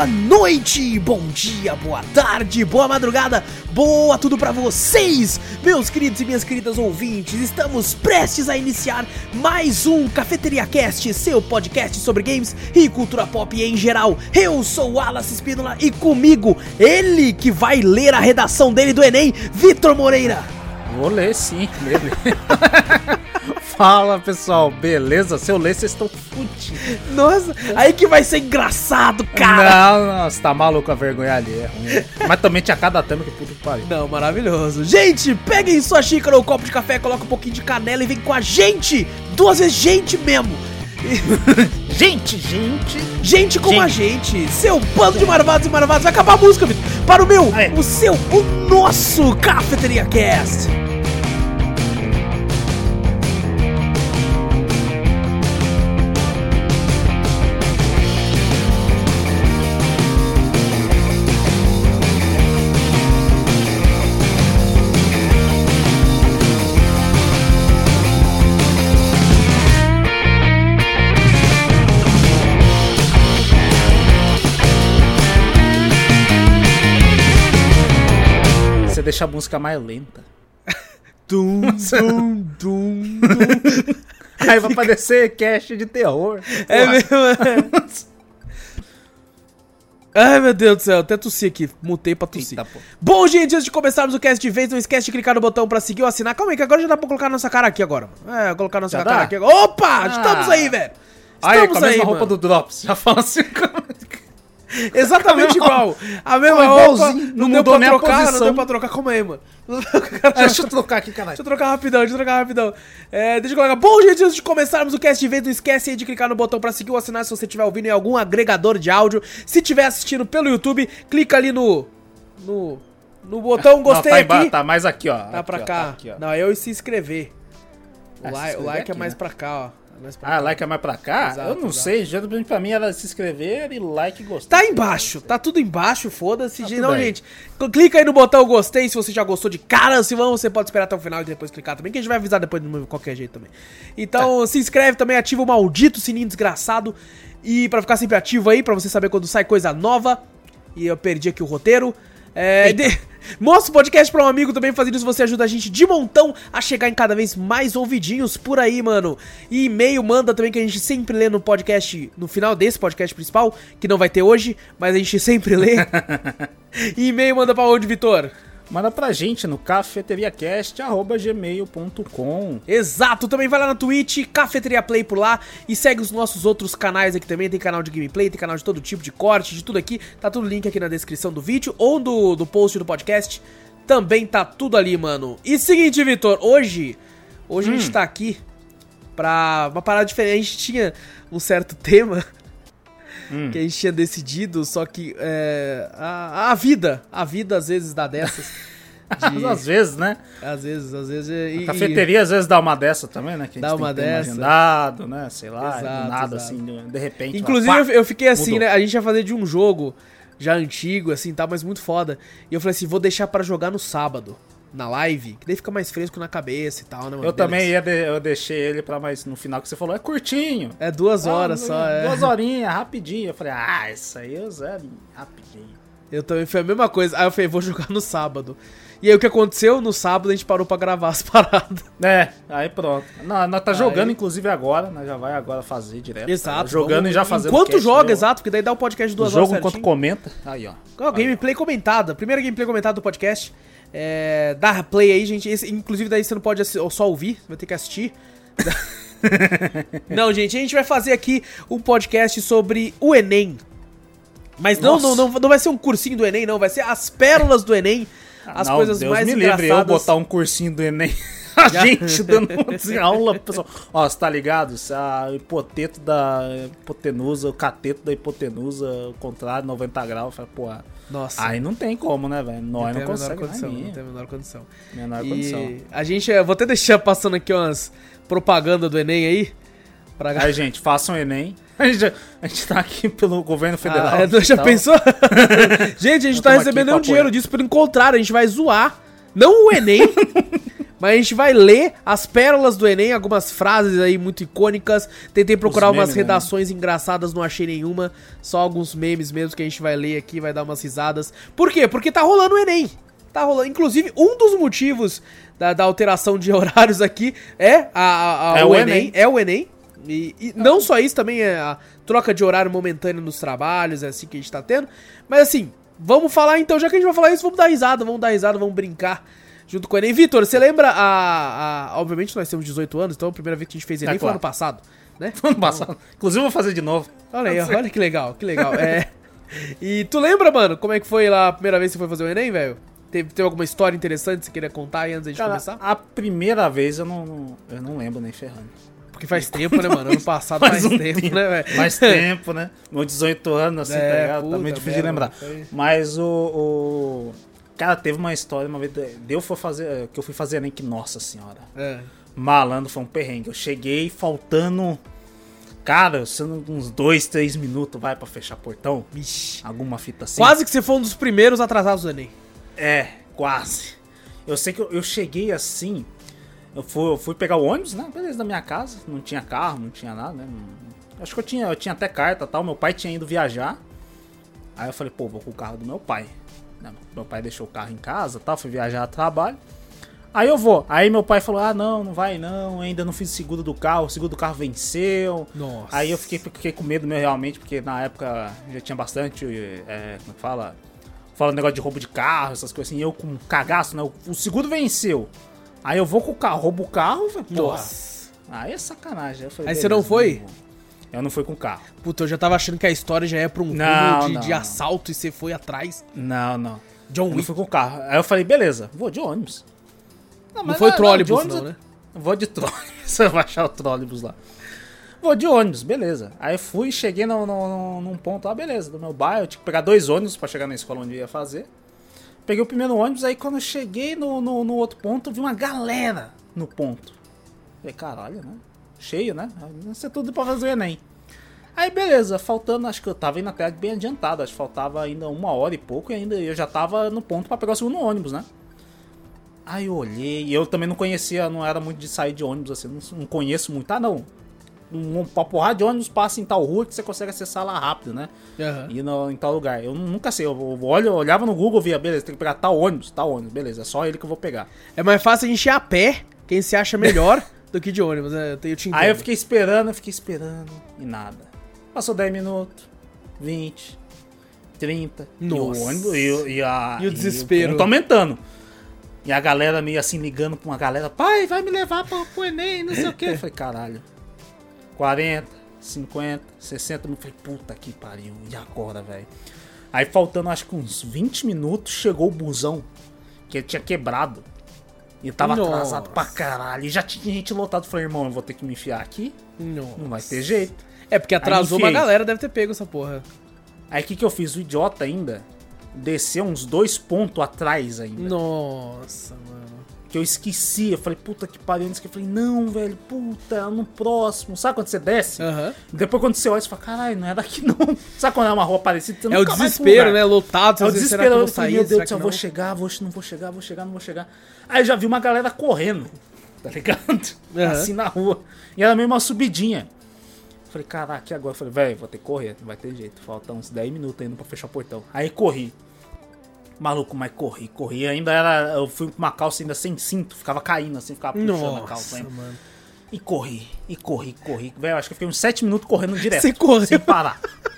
boa noite, bom dia, boa tarde, boa madrugada, boa tudo pra vocês, meus queridos e minhas queridas ouvintes. Estamos prestes a iniciar mais um Cafeteria Cast, seu podcast sobre games e cultura pop em geral. Eu sou o Wallace Espínola e comigo, ele que vai ler a redação dele do Enem, Vitor Moreira. Vou ler sim, ler. Fala pessoal, beleza? Se eu ler, vocês estão fudidos. Nossa, aí que vai ser engraçado, cara. Não, você tá maluco, a vergonha ali é ruim. Mas também tinha cada tema que puta que pariu. Não, maravilhoso. Gente, peguem sua xícara ou copo de café, coloca um pouquinho de canela e vem com a gente. 2 vezes gente mesmo. Gente como a gente. Seu bando de marvados e marvados. Vai acabar a música, Vitor. Para o meu, o nosso Cafeteria Cast. Deixa a música mais lenta. Tum, tum, tum, tum. Aí vai aparecer cast de terror. É mesmo, é. Ai, meu Deus do céu, até tossi aqui. Mutei pra tossir. Eita, pô. Bom, gente, antes de começarmos o cast de vez, não esquece de clicar no botão pra seguir ou assinar. Calma aí, que agora já dá pra colocar nossa cara aqui agora. Colocar nossa cara aqui agora. Opa, estamos aí, velho. Estamos com a mesma roupa do Drops. Já fala assim. Exatamente igual. A mesma roupa. Não deu pra trocar, não deu pra trocar. Calma aí, mano. Deixa eu trocar aqui, caralho. Deixa eu trocar rapidão. Deixa eu colocar. Bom, gente, antes de começarmos o cast de vez, não esquece aí de clicar no botão pra seguir ou assinar se você estiver ouvindo em algum agregador de áudio. Se estiver assistindo pelo YouTube, clica ali no botão gostei. Não, tá aqui. Tá mais aqui, ó. Tá aqui, pra ó, cá. Tá aqui, ó. Não, eu se inscrever. O like aqui, é mais né? pra cá, ó. Like é mais pra cá? Exato, eu não sei, geralmente pra mim era se inscrever e like e gostei. Tá embaixo, tá tudo embaixo, foda-se. Tá Não, bem. gente, clica aí no botão gostei se você já gostou de cara. Se não, você pode esperar até o final e depois clicar também, que a gente vai avisar depois de qualquer jeito também. Então, se inscreve também, ativa o maldito sininho desgraçado. E pra ficar sempre ativo aí, pra você saber quando sai coisa nova. E eu perdi aqui o roteiro. Mostra o podcast pra um amigo também, fazendo isso você ajuda a gente de montão a chegar em cada vez mais ouvidinhos por aí, mano. E e-mail manda também, que a gente sempre lê no podcast, no final desse podcast principal, que não vai ter hoje, mas a gente sempre lê. E e-mail manda pra onde, Vitor? Manda pra gente no cafeteriacast@gmail.com. Exato, também vai lá na Twitch, Cafeteria Play por lá, e segue os nossos outros canais aqui também, tem canal de gameplay, tem canal de todo tipo de corte, de tudo aqui, tá tudo link aqui na descrição do vídeo, ou do post do podcast, também tá tudo ali, mano. E seguinte, Vitor, hoje a gente tá aqui pra uma parada diferente, a gente tinha um certo tema que a gente tinha decidido, só que a vida às vezes dá dessas. Às vezes, né? Às vezes. A cafeteria às vezes dá uma dessa também, né? Que a gente dá uma tem que ter dessa. Agendado, né? Sei lá, Exato, do nada, exato. assim, de repente. Inclusive, eu fiquei assim, mudou. né? A gente ia fazer de um jogo já antigo, assim, tá, mas muito foda. E eu falei assim, vou deixar pra jogar no sábado, na live, que daí fica mais fresco na cabeça e tal, né, mano? Eu também eu deixei ele pra mais no final, que você falou, é curtinho. É 2 horas só, 2 horinhas, rapidinho. Eu falei, isso aí eu zero rapidinho. Eu também foi a mesma coisa. Aí eu falei, vou jogar no sábado. E aí o que aconteceu? No sábado a gente parou pra gravar as paradas. Aí pronto. Não, nós tá jogando, inclusive, agora. Nós já vai agora fazer direto. Exato. Tá jogando e já fazendo. Enquanto joga, exato, porque daí dá um podcast de 2 horas jogo enquanto certinho. comenta. Aí, ó. Gameplay comentada. Primeira gameplay comentada do podcast. Dá play aí, gente. Inclusive daí você não pode só ouvir, vai ter que assistir. Não, gente, a gente vai fazer aqui um podcast sobre o Enem. Mas não vai ser um cursinho do Enem, não. Vai ser as pérolas do Enem. As coisas Deus mais me engraçadas. livre eu botar um cursinho do Enem. A gente dando aula, pessoal. Ó, você tá ligado? A hipoteto da hipotenusa, o cateto da hipotenusa, o contrário, 90 graus. Fala, pô, nossa. Aí não tem como, né, velho? Nós não conseguimos. Não tem a menor condição. Menor condição. A gente, eu vou até deixar passando aqui umas propaganda do Enem aí. Aí, gente, façam Enem. A gente tá aqui pelo governo federal. Já pensou? Gente, a gente tá recebendo nenhum dinheiro disso, pelo contrário, a gente vai zoar. Não o Enem, Mas a gente vai ler as pérolas do Enem, algumas frases aí muito icônicas. Tentei procurar umas redações engraçadas, não achei nenhuma. Só alguns memes mesmo que a gente vai ler aqui, vai dar umas risadas. Por quê? Porque tá rolando o Enem. Tá rolando. Inclusive, um dos motivos da alteração de horários aqui é o Enem. É o Enem. E não só isso, também é a troca de horário momentânea nos trabalhos, é assim que a gente tá tendo. Mas assim, vamos falar então, já que a gente vai falar isso, vamos dar risada, vamos brincar junto com o Enem. Vitor, você lembra obviamente nós temos 18 anos, então a primeira vez que a gente fez Enem foi ano passado, né? Foi ano passado. Inclusive eu vou fazer de novo. Olha aí, olha que legal. E tu lembra, mano, como é que foi lá a primeira vez que você foi fazer o Enem, velho? Teve alguma história interessante que você queria contar aí antes da gente começar? A primeira vez eu não lembro nem ferrando. Porque faz tempo, né, mano? Ano passado faz tempo, né, velho? Faz tempo, né? Meus 18 anos, assim, tá ligado? Tá meio difícil de lembrar. Mas Cara, teve uma história, uma vez que eu fui fazer Enem, que, nossa senhora. Malandro, foi um perrengue. Eu cheguei faltando... Cara, sendo uns 2, 3 minutos, vai pra fechar portão. Vixe. Alguma fita assim. Quase que você foi um dos primeiros atrasados do Enem. Quase. Eu sei que eu cheguei assim... Eu fui pegar o ônibus, né? Beleza, da minha casa. Não tinha carro, não tinha nada, né? Acho que eu tinha até carta e tal. Meu pai tinha ido viajar. Aí eu falei, pô, vou com o carro do meu pai. Meu pai deixou o carro em casa e tal. Fui viajar a trabalho. Aí eu vou. Aí meu pai falou, não vai não. Ainda não fiz o seguro do carro. O seguro do carro venceu. Nossa. Aí eu fiquei com medo meu realmente. Porque na época já tinha bastante... como é que fala? Fala negócio de roubo de carro, essas coisas assim. E eu com cagaço, né? O seguro venceu. Aí eu vou com o carro, roubo o carro, nossa. Aí é sacanagem. Aí você não foi? Eu não fui com o carro. Puta, eu já tava achando que a história já ia pra um filme de assalto e você foi atrás. Não. John Wick. Eu não fui com o carro. Aí eu falei, beleza, vou de ônibus. Não foi trólebus não, né? Vou de trólebus, você vai achar o trólebus lá. Vou de ônibus, beleza. Aí fui, cheguei num ponto lá, beleza, do meu bairro. Eu tinha que pegar 2 ônibus pra chegar na escola onde eu ia fazer. Peguei o primeiro ônibus, aí quando eu cheguei no outro ponto, vi uma galera no ponto. Falei, caralho, né? Cheio, né? Isso é tudo pra fazer o Enem. Aí beleza, faltando, acho que eu tava indo até bem adiantado, acho que faltava ainda 1 hora e pouco e ainda eu já tava no ponto pra pegar o segundo ônibus, né? Aí eu olhei, e eu também não conhecia, não era muito de sair de ônibus assim, não conheço muito, uma porrada de ônibus passa em tal rua que você consegue acessar lá rápido, né? Uhum. E em tal lugar. Eu nunca sei, eu olhava no Google, via, beleza, tem que pegar tal ônibus, beleza, é só ele que eu vou pegar. É mais fácil a gente ir a pé, quem se acha melhor, do que de ônibus, né? Aí eu fiquei esperando, e nada. Passou 10 minutos, 20, 30, nossa. E o ônibus, e o desespero. E tô aumentando. E a galera meio assim, ligando pra uma galera, pai, vai me levar pro Enem, não sei o quê. Eu falei, caralho. 40, 50, 60 mil. Falei, puta que pariu. E agora, velho? Aí faltando acho que uns 20 minutos, chegou o busão. Que ele tinha quebrado. E tava atrasado pra caralho. E já tinha gente lotado. Falei, irmão, eu vou ter que me enfiar aqui. Não vai ter jeito. É porque atrasou uma galera, deve ter pego essa porra. Aí o que eu fiz? O idiota ainda desceu uns 2 pontos atrás ainda. Nossa, mano. Que eu esqueci, eu falei, puta que pariu, eu falei, não, velho, puta, no próximo. Sabe quando você desce? Uhum. Depois quando você olha, você fala, caralho, não é daqui não. Sabe quando é uma rua parecida? Você é o desespero, né, lotado. É o desespero, eu falei, meu Deus do céu, vou chegar, não vou chegar. Aí já vi uma galera correndo, tá ligado? Uhum. Assim na rua. E era meio uma subidinha. Falei, caraca, e agora? Eu falei, velho, vou ter que correr, não vai ter jeito. Faltam uns 10 minutos ainda pra fechar o portão. Aí corri. Maluco, mas corri. Ainda eu fui com uma calça ainda sem cinto, ficava caindo assim, ficava puxando a calça. Hein? Mano. E corri. Velho, acho que eu fiquei uns 7 minutos correndo direto. Você correu? Sem parar.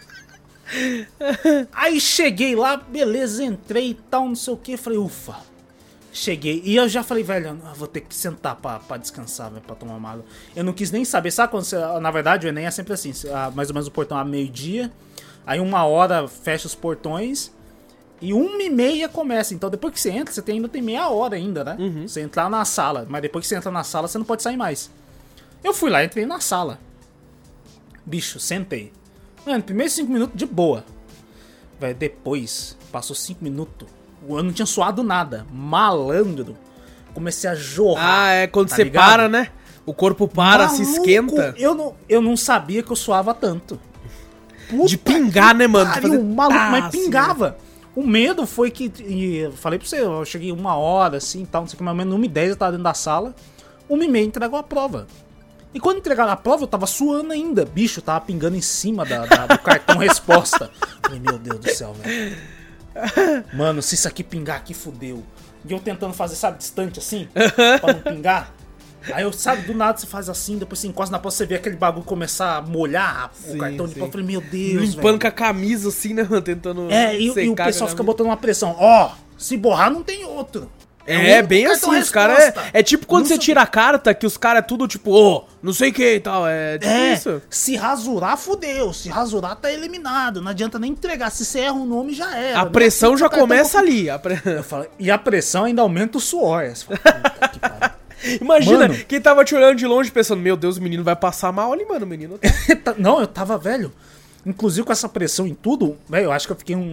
Aí cheguei lá, beleza, entrei e tal, não sei o que. Falei, ufa. Cheguei. E eu já falei, velho, eu vou ter que sentar pra descansar, velho, pra tomar uma água. Eu não quis nem saber, sabe quando você... Na verdade, o Enem é sempre assim, mais ou menos o portão a meio-dia, aí 1 hora fecha os portões... E 1h30 começa, então depois que você entra, você ainda tem meia hora ainda, né? Uhum. Você entrar na sala, mas depois que você entra na sala, você não pode sair mais. Eu fui lá, entrei na sala. Bicho, sentei. Mano, primeiros 5 minutos de boa. Velho, depois, passou 5 minutos, eu não tinha suado nada. Malandro. Comecei a jorrar. Ah, é quando tá você ligado? para, né? O corpo para, maluco, se esquenta. Eu não sabia que eu suava tanto. Puta de pingar, né, mano? Pariu, maluco, mas pingava. O medo foi que, eu falei pra você, eu cheguei 1h, assim, tal, não sei o que, mais ou menos 1h10 eu tava dentro da sala, 1h30 entregou a prova. E quando entregaram a prova, eu tava suando ainda, bicho, tava pingando em cima do cartão resposta. Falei, meu Deus do céu, velho. Mano, se isso aqui pingar aqui, fudeu. E eu tentando fazer, sabe, distante assim, pra não pingar. Aí eu, sabe, do nada você faz assim, depois você encosta na porta, você vê aquele bagulho começar a molhar o cartão de prova. Eu falei, meu Deus, limpando com a camisa assim, né, mano, tentando e o pessoal fica botando uma pressão. Ó, se borrar não tem outro. Bem assim, os caras é tipo quando você tira a carta, que os caras é tudo tipo, não sei o que e tal, tipo isso. Se rasurar, fudeu, se rasurar tá eliminado, não adianta nem entregar, se você erra o nome já era. A pressão já começa ali. Eu falo, e a pressão ainda aumenta o suor. Você fala, puta que pariu. Imagina, mano, quem tava te olhando de longe pensando, meu Deus, o menino vai passar mal ali, mano, o menino... Não, eu tava, velho, inclusive com essa pressão em tudo, velho, eu acho que eu fiquei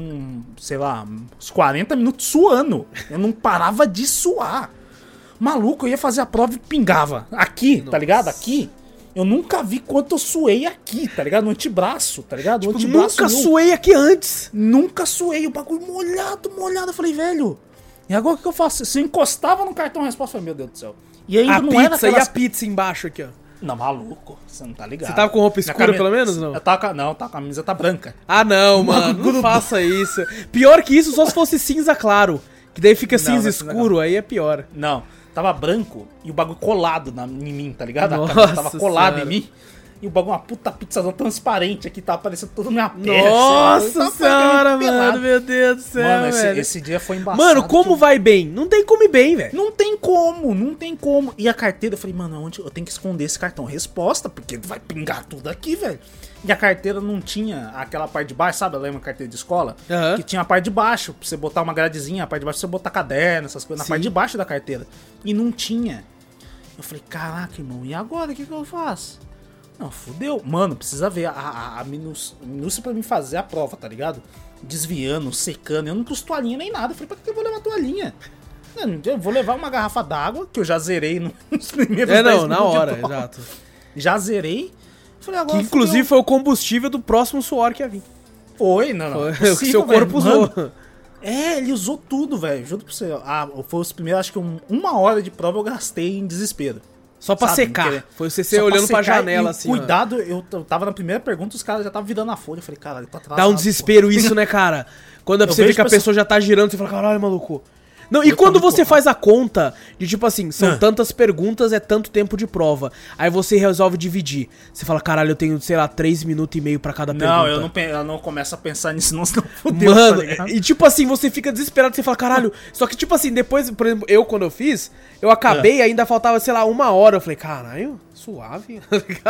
uns 40 minutos suando. Eu não parava de suar. Maluco, eu ia fazer a prova e pingava. Aqui, nossa, tá ligado? Aqui. Eu nunca vi quanto eu suei aqui, tá ligado? No antebraço, tá ligado? Tipo, nunca suei aqui antes. Nunca suei, o bagulho molhado. Eu falei, velho, e agora o que eu faço? Se eu encostava no cartão resposta, eu falei, meu Deus do céu. E ainda a não pizza, era aquelas... e a pizza embaixo aqui, ó. Não, maluco, você não tá ligado. Você tava com roupa escura, pelo menos, não? Eu tava, não, a camisa tá branca. Ah, não, mano, não faça isso. Pior que isso, só se fosse cinza claro. Que daí fica cinza escuro, aí é pior. Não, tava branco e o bagulho colado em mim, tá ligado? Nossa, a camisa tava colada em mim. E o bagulho, uma puta pizzazão transparente aqui, tava aparecendo toda minha perna. Nossa senhora, mano, meu Deus do céu, mano, velho. Esse dia foi embaçado. Mano, como vai bem? Não tem como ir bem, velho. Não tem como. E a carteira, eu falei, mano, onde eu tenho que esconder esse cartão resposta, porque vai pingar tudo aqui, velho. E a carteira não tinha aquela parte de baixo, sabe? Lembra a carteira de escola? Uhum. Que tinha a parte de baixo, pra você botar uma gradezinha, a parte de baixo pra você botar caderno, essas coisas, na parte de baixo da carteira. E não tinha. Eu falei, caraca, irmão, e agora? O que eu faço? Não, fudeu. Mano, precisa ver a minúcia pra mim fazer a prova, tá ligado? Desviando, secando. Eu não trouxe toalhinha nem nada. Eu falei, pra que eu vou levar toalhinha? Eu vou levar uma garrafa d'água, que eu já zerei nos primeiros 10 minutos. Na hora, exato. Já zerei. Falei, agora que inclusive foi o combustível do próximo suor que ia vir. Foi, não. Foi o que seu corpo usou. Mano, ele usou tudo, velho. Juro pra você. Foi os primeiros, acho que 1h de prova eu gastei em desespero. Só pra secar. Foi você olhando pra janela, assim. Cuidado, eu tava na primeira pergunta, os caras já estavam virando a folha. Eu falei, caralho, tá atrasado. Dá um desespero isso, né, cara? Quando você vê que a pessoa já tá girando, você fala, caralho, maluco. Não, e quando você faz a conta de tipo assim, são tantas perguntas, é tanto tempo de prova. Aí você resolve dividir. Você fala, caralho, eu tenho, sei lá, 3 minutos e meio pra cada pergunta. Não, eu não começo a pensar nisso, não, senão fudeu. Mano, tá, e tipo assim, você fica desesperado, você fala, caralho. Só que tipo assim, depois, por exemplo, quando eu fiz, eu acabei e ainda faltava, sei lá, 1h. Eu falei, caralho, suave.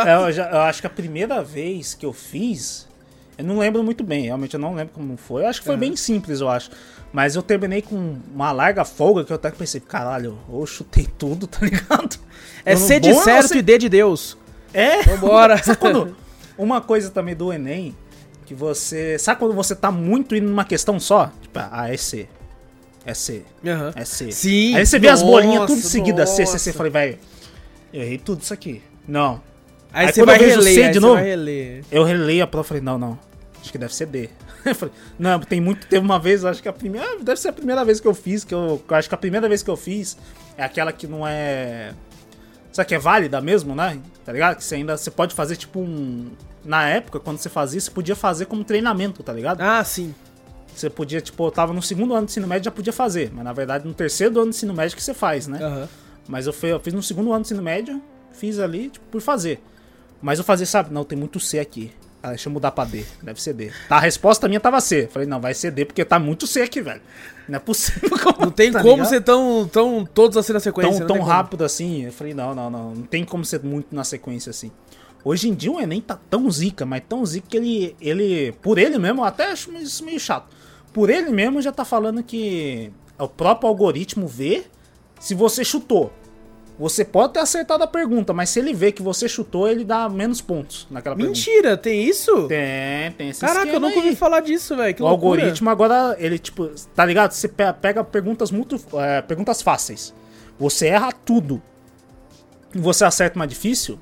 Eu acho que a primeira vez que eu fiz, eu não lembro muito bem, realmente eu não lembro como foi. Eu acho que foi bem simples, eu acho. Mas eu terminei com uma larga folga que eu até pensei, caralho, eu chutei tudo, tá ligado? É C de certo e D de Deus. Vambora. Sabe quando... Uma coisa também do Enem, que você... Sabe quando você tá muito indo numa questão só? Tipo, é C. É C. É C. Sim. Aí você vê as bolinhas tudo seguidas, C. Você fala, velho, eu errei tudo isso aqui. Não. Aí você vai reler, eu releio a prova e falei, não, acho que deve ser D. Eu falei, não, teve uma vez, acho que deve ser a primeira vez que eu fiz, eu acho que a primeira vez que eu fiz é aquela que não é, sabe que é válida mesmo, né, tá ligado? Que você pode fazer tipo na época, quando você fazia, você podia fazer como treinamento, tá ligado? Ah, sim. Você podia, tipo, eu tava no 2º ano do ensino médio, já podia fazer, mas na verdade no 3º ano do ensino médio que você faz, né? Uhum. Mas eu fiz no 2º ano do ensino médio, fiz ali, tipo, por fazer. Mas eu fazia, sabe, não, tem muito C aqui. Ah, deixa eu mudar pra D. Deve ser D. Tá, a resposta minha tava C. Falei, não, vai ser D, porque tá muito C aqui, velho. Não é possível. Não tem tá como ligado? Ser tão todos assim na sequência. Tão rápido assim. Eu falei, não tem como ser muito na sequência assim. Hoje em dia o Enem tá tão zica, mas tão zica que ele por ele mesmo, eu até acho isso meio chato. Por ele mesmo já tá falando que o próprio algoritmo vê se você chutou. Você pode ter acertado a pergunta, mas se ele vê que você chutou, ele dá menos pontos naquela pergunta. Mentira, tem isso? Tem esse Caraca, eu nunca ouvi falar disso, velho. O algoritmo agora, ele tipo, tá ligado? Você pega perguntas perguntas fáceis. Você erra tudo. E você acerta uma difícil,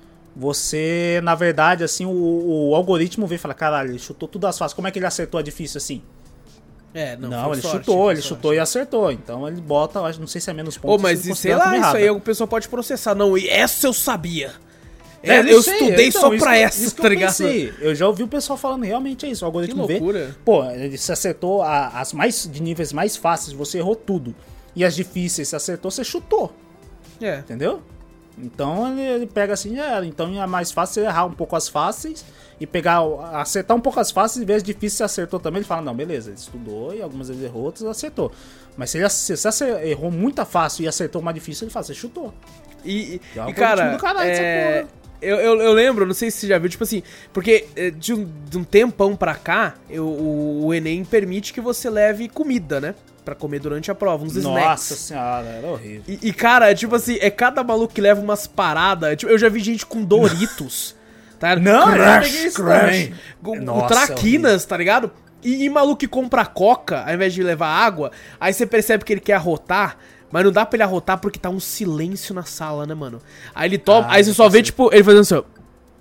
você, na verdade, assim, o algoritmo vê e fala, caralho, ele chutou tudo as fáceis. Como é que ele acertou a difícil assim? Não, foi ele sorte, chutou, foi ele sorte. chutou e acertou. Então ele bota, eu acho, não sei se é menos pontos. Mas se sei lá, considera isso como aí errada. o pessoal pode processar. Não, e essa eu sabia. Não Eu sei, estudei então, só isso pra que- essa, isso que tá eu ligado? pensei. Eu já ouvi o pessoal falando, realmente é isso. O algoritmo Que vê. loucura. Pô, ele se acertou as mais de níveis mais fáceis, você errou tudo. E as difíceis, você acertou, você chutou. É. Entendeu? Então ele pega assim, então é mais fácil você errar um pouco as fáceis e acertar um pouco as fáceis, em vez de difícil você acertou também, ele fala, não, beleza, ele estudou e algumas vezes errou, outras acertou. Mas se você errou muita fácil e acertou uma difícil, ele fala, você chutou. E algoritmo cara, do caralho, essa porra. eu lembro, não sei se você já viu, tipo assim, porque de um tempão pra cá, o Enem permite que você leve comida, né? Pra comer durante a prova, uns snacks. Nossa senhora, era horrível. E, cara, é tipo assim, é cada maluco que leva umas paradas. Tipo, eu já vi gente com Doritos, tá ligado? Não, eu já Crash, peguei isso Crash. também. Com Nossa, traquinas, tá ligado? E maluco que compra coca, ao invés de levar água, aí você percebe que ele quer arrotar, mas não dá pra ele arrotar porque tá um silêncio na sala, né, mano? Aí ele toma, aí você só vê, tipo, ele fazendo assim, ó.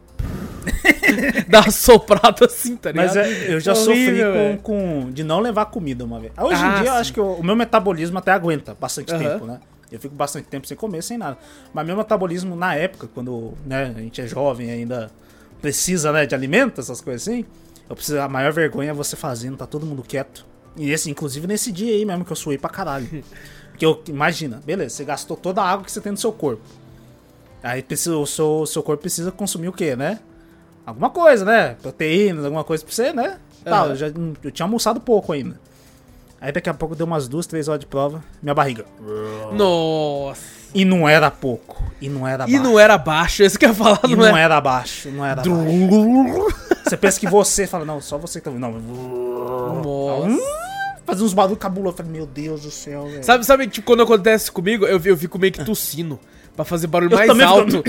Dá uma soprada assim, tá ligado? Mas eu já Horrível, sofri de não levar comida uma vez. Hoje em dia eu sim. acho que o meu metabolismo até aguenta bastante Aham. tempo, né? Eu fico bastante tempo sem comer, sem nada. Mas meu metabolismo na época, quando né, a gente é jovem e ainda precisa né, de alimento, essas coisas assim, a maior vergonha é você fazendo, tá todo mundo quieto. E inclusive nesse dia aí mesmo que eu suei pra caralho. Porque imagina, beleza, você gastou toda a água que você tem no seu corpo. Aí o seu corpo precisa consumir o quê, né? Alguma coisa, né? Proteínas, alguma coisa pra você, né? Tá, eu tinha almoçado pouco ainda. Aí daqui a pouco deu umas 2, 3 horas de prova, minha barriga. Nossa. E não era pouco. E não era baixo. E não era baixo, esse que eu ia falar, E não era baixo, não era baixo. Você pensa que você fala, não, só você que tá ouvindo. Não, Nossa. fazia uns barulhos cabulosos. Eu falei, meu Deus do céu, velho. Sabe, tipo, quando acontece comigo, eu fico meio que tossindo. Pra fazer barulho Eu mais também alto.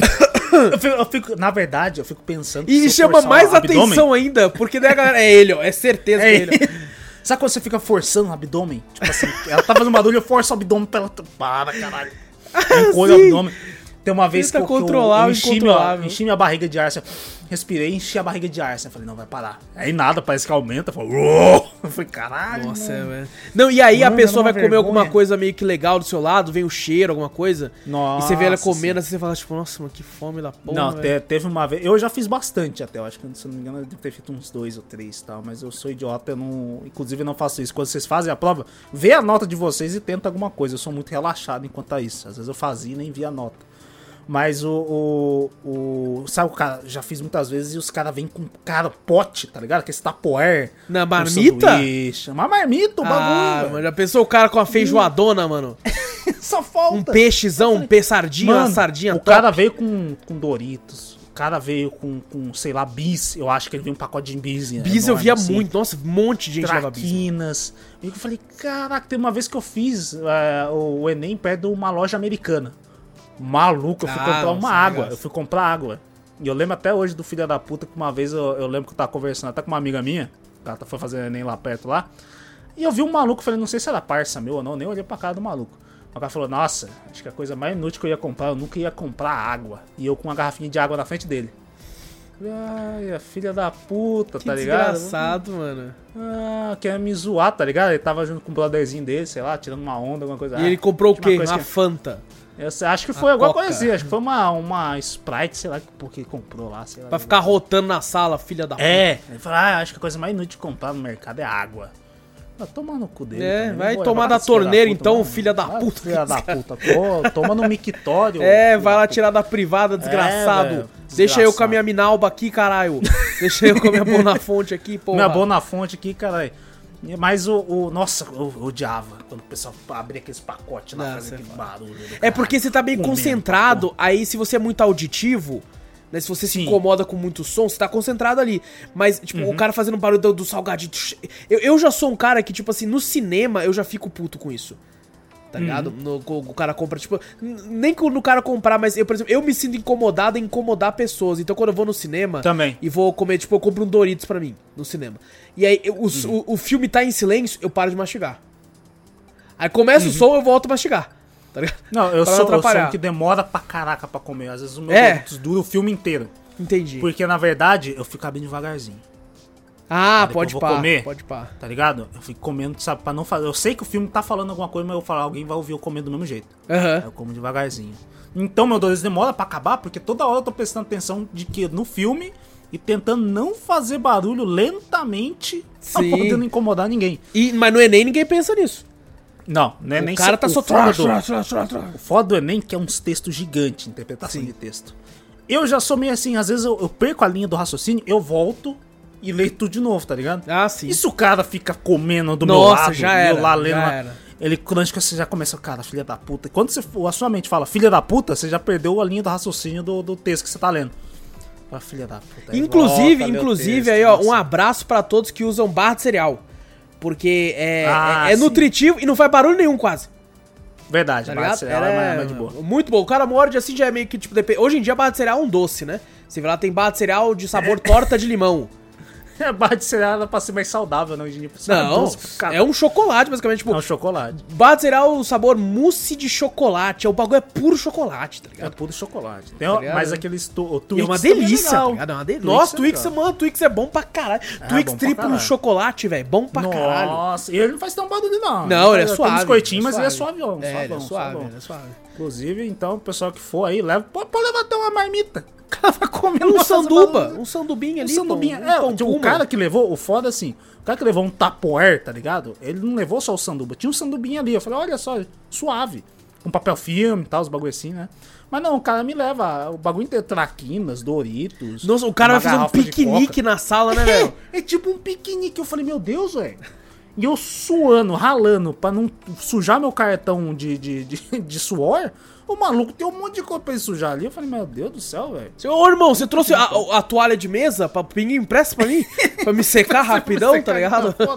Na verdade, eu fico pensando... E se eu chama forçar mais o abdômen- atenção ainda, porque daí a galera... É ele, ó. É certeza que é ele, ó. Sabe quando você fica forçando o abdômen? Tipo assim, ela tá fazendo barulho, eu forço o abdômen pra ela... Para, caralho. Encolho o sim. abdômen. Tem uma vez Tenta que eu controlar o incontrolável. enchi minha barriga de ar, assim, respirei, enchi a barriga de ar, assim, eu falei, não, vai parar. Aí nada, parece que aumenta, eu falei, caralho, Nossa, mano. velho. Não, e aí Mano, a pessoa era uma vai comer alguma vergonha. coisa meio que legal do seu lado, vem o cheiro, alguma coisa. Nossa, e você vê ela comendo, assim, você fala, tipo, nossa, mano, que fome da porra. Não, velho. teve uma vez. Eu já fiz bastante até. Eu acho que, se eu não me engano, eu devo ter feito uns 2 ou 3 e tal. Mas eu sou idiota, eu não. Inclusive, eu não faço isso. Quando vocês fazem a prova, vê a nota de vocês e tenta alguma coisa. Eu sou muito relaxado enquanto a isso. Às vezes eu fazia e nem via a nota. Mas sabe, o cara, já fiz muitas vezes e os caras vêm com pote, tá ligado? Aquele tapoer. Na um marmita? sanduíche. Uma marmita, o bagulho. Ah, mano, já pensou o cara com a feijoadona, mano? Só falta. Um peixezão, um sardinha, uma sardinha o top. cara veio com Doritos. O cara veio com, sei lá, bis. Eu acho que ele veio um pacote de bis. Bis eu via muito. Nossa, um monte de gente leva bis. Traquinas. E eu falei, caraca, tem uma vez que eu fiz o Enem perto de uma loja americana. Maluco, eu fui comprar uma água. legal. Eu fui comprar água. E eu lembro até hoje do filho da puta que uma vez eu lembro que eu tava conversando até com uma amiga minha. Ela foi fazer Enem lá perto lá. E eu vi um maluco, falei, não sei se era parça meu ou não, nem olhei pra cara do maluco. O cara falou, nossa, acho que a coisa mais inútil que eu ia comprar, eu nunca ia comprar água. E eu com uma garrafinha de água na frente dele. Ai, a filha da puta, Que tá ligado? desgraçado, mano. Ah, quer me zoar, tá ligado? Ele tava junto com o brotherzinho dele, sei lá, tirando uma onda, alguma coisa. E ele comprou o tinha uma quê? coisa Uma que- Fanta. Eu acho que foi alguma Coca. coisa assim, acho que foi uma Sprite, sei lá, porque comprou lá, sei lá. Pra ficar rotando na sala, filha da puta. Ele falou, acho que a coisa mais inútil de comprar no mercado é água. Ah, toma no cu dele. É, também, vai pô, tomar da se filha torneira puta, então, mano. filha da Vai, puta. Filha da puta, pô, toma no mictório. É, filha vai da lá puta. tirar da privada, desgraçado. velho, Deixa eu com a desgraçado. minha Minalba aqui, caralho. Deixa eu com a minha Bonafonte aqui, porra. Minha boa na fonte aqui, caralho. Mas nossa, eu odiava quando o pessoal abria aqueles pacotes lá, Nossa, fazia é aquele foda. barulho. do É caralho, porque você tá bem comendo, concentrado, porra. aí se você é muito auditivo, né, se você se Sim. incomoda com muito som, você tá concentrado ali. Mas, tipo, Uhum. o cara fazendo barulho do salgadinho... Eu já sou um cara que, tipo assim, no cinema eu já fico puto com isso. Tá ligado? O cara compra, tipo... Nem no cara comprar, mas eu, por exemplo, eu me sinto incomodado em incomodar pessoas. Então quando eu vou no cinema... Também. E vou comer, tipo, eu compro um Doritos pra mim, no cinema. E aí, o filme tá em silêncio, eu paro de mastigar. Aí começa o som, eu volto a mastigar. Tá ligado? Não, eu Pra sou atrapalhar. um que demora pra caraca pra comer. Às vezes o meu É. Doritos dura o filme inteiro. Entendi. Porque, na verdade, eu fico bem devagarzinho. Ah, Depois pode eu vou comer, pode pá. tá ligado? Eu fico comendo, sabe, pra não fazer... Eu sei que o filme tá falando alguma coisa, mas eu falar, alguém vai ouvir eu comendo do mesmo jeito. Aham. Aí eu como devagarzinho. Então, meu Deus, demora pra acabar, porque toda hora eu tô prestando atenção de que no filme e tentando não fazer barulho lentamente pra Sim. poder não incomodar ninguém. Mas no Enem ninguém pensa nisso. Não, né? O Nem cara tá só... O foda do Enem que é uns textos gigantes, interpretação Sim. de texto. Eu já sou meio assim, às vezes eu perco a linha do raciocínio, eu volto e leio tudo de novo, tá ligado? Ah, sim. E se o cara fica comendo do meu Nossa, lado, já e eu era, lá lendo, já lá, era. ele crônica, você já começa, cara, filha da puta. Quando a sua mente fala filha da puta, você já perdeu a linha do raciocínio do texto que você tá lendo. Fala, filha da puta. Aí Inclusive, volta, lê o inclusive texto, aí, ó, nossa. um abraço pra todos que usam barra de cereal. Porque Ah, é sim. nutritivo e não faz barulho nenhum quase. Verdade, Tá barra de ligado? cereal é mais de boa. Muito bom. O cara morde assim, já é meio que tipo... Hoje em dia, barra de cereal é um doce, né? Você vê lá, tem barra de cereal de sabor torta de limão. A barra de cereal era pra ser mais saudável, não? Hoje em dia, Não, é um chocolate, basicamente. Tipo, É um chocolate. barra de cereal, sabor mousse de chocolate. O bagulho é puro chocolate, tá É ligado? puro chocolate. Tem, Tá ligado? mas aqueles o E Twix é uma também delícia, legal. tá ligado? É uma delícia. Twix Nossa, é Twix, legal. mano, Twix é bom pra caralho. Twix bom pra triplo caralho. chocolate, velho. Bom pra caralho. Nossa, e ele não faz tão barulho, não. Não, ele é faz- suave. Tem uns coitinhos, ele mas ele é suaveão. É, ele é suave, suavão. ele é suave. Inclusive, então, o pessoal que for aí, leva, pode levar até uma marmita. O cara vai comer Um uma sanduba, um sandubinho Um ali. sandubinha. pô, pão Tipo, o puma. cara que levou, o foda assim, o cara que levou um tapoer, tá ligado? Ele não levou só o sanduba, tinha um sandubinha ali. Eu falei, olha só, suave. Com papel filme e tal, os bagulho assim, né? Mas não, o cara me leva o bagulho inteiro, traquinas, Doritos. Nossa, o cara uma vai fazer um garrafa de piquenique Coca. na sala, né, velho? É tipo um piquenique. Eu falei, meu Deus, velho. E eu suando, ralando, pra não sujar meu cartão de suor. O maluco tem um monte de coisa pra ele sujar ali. Eu falei, meu Deus do céu, velho. Ô, irmão, você trouxe a toalha de mesa pra pinguim impresso pra mim? Pra me secar rapidão, tá ligado? Foda.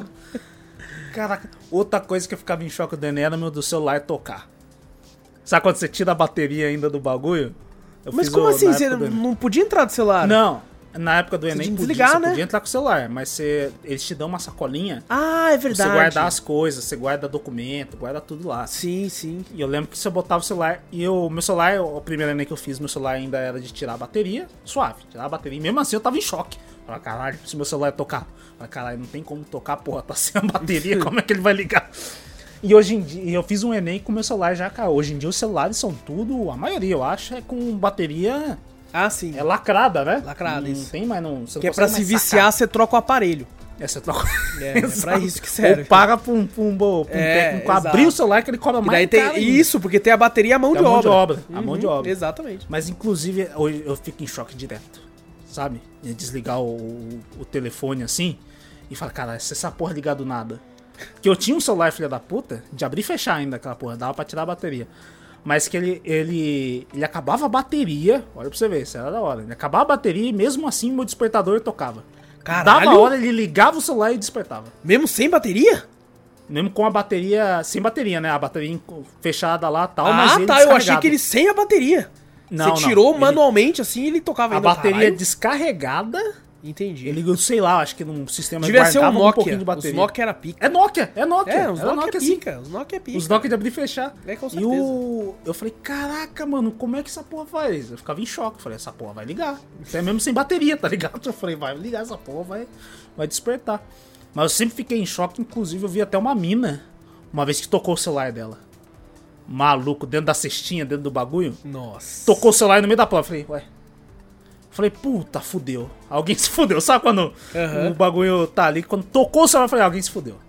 Caraca, outra coisa que eu ficava em choque do Enem era meu do celular tocar. Sabe quando você tira a bateria ainda do bagulho? Eu Mas fiz como o- assim? na Você época do Enem. não podia entrar do celular? Não, na época do Você Enem tinha que podia, desligar, você né? podia entrar com o celular, mas eles te dão uma sacolinha Ah, é pra verdade. você guardar as coisas, você guarda documento, guarda tudo lá. Sim, sim. E eu lembro que se eu botava o celular, e o meu celular, o primeiro Enem que eu fiz, meu celular ainda era de tirar a bateria, suave, tirar a bateria, e mesmo assim eu tava em choque. Falei, caralho, se meu celular tocar. Falei, caralho, não tem como tocar, porra, tá sem a bateria, como é que ele vai ligar? E hoje em dia, eu fiz um Enem com meu celular já, cara. Hoje em dia os celulares são tudo, a maioria eu acho, é com bateria Ah, sim. lacrada, né? Lacrada, não isso. tem mais, não. Você não Que é pra consegue se mais viciar, sacar. você troca o aparelho. Você troca. É pra Exato. isso que serve. Ou paga pra um técnico exato. abrir o celular que ele cobra E mais daí tem caro ainda. isso, porque tem a bateria e a mão Tem de a mão obra. de obra, a mão de obra. Exatamente. Mas inclusive hoje eu fico em choque direto, sabe? E desligar o telefone assim e falar, cara, se essa porra ligar do nada. Que eu tinha um celular, filha da puta, de abrir e fechar ainda aquela porra, dava pra tirar a bateria. Mas que ele acabava a bateria, olha pra você ver, isso era da hora. Ele acabava a bateria e mesmo assim meu despertador tocava. Caralho. Dava a hora, ele ligava o celular e despertava. Mesmo sem bateria? Mesmo com a bateria, sem bateria, né? A bateria fechada lá e tal, Ah, mas ele tá. Eu achei descarregado. que ele sem a bateria. Não, Você tirou ele- manualmente assim e ele tocava A ainda. bateria Caralho. descarregada. Entendi. Ele, sei lá, acho que num sistema Devia ser um guardava Nokia. pouquinho de Os bateria. Nokia era pica. É Nokia. Os Era Nokia sim. pica. Os Nokia pica. Os Nokia de abrir e fechar. É, com E certeza. eu falei, caraca, mano, como é que essa porra faz? Eu ficava em choque. Eu falei, essa porra vai ligar. Até mesmo sem bateria, tá ligado? Eu falei, vai ligar essa porra, vai despertar. Mas eu sempre fiquei em choque, inclusive eu vi até uma mina, uma vez que tocou o celular dela. Maluco, dentro da cestinha, dentro do bagulho. Nossa. Tocou o celular no meio da prova. Falei, ué. Falei, puta, fudeu. Alguém se fudeu. Sabe quando Aham. o bagulho tá ali? Quando tocou o celular, eu falei, alguém se fudeu.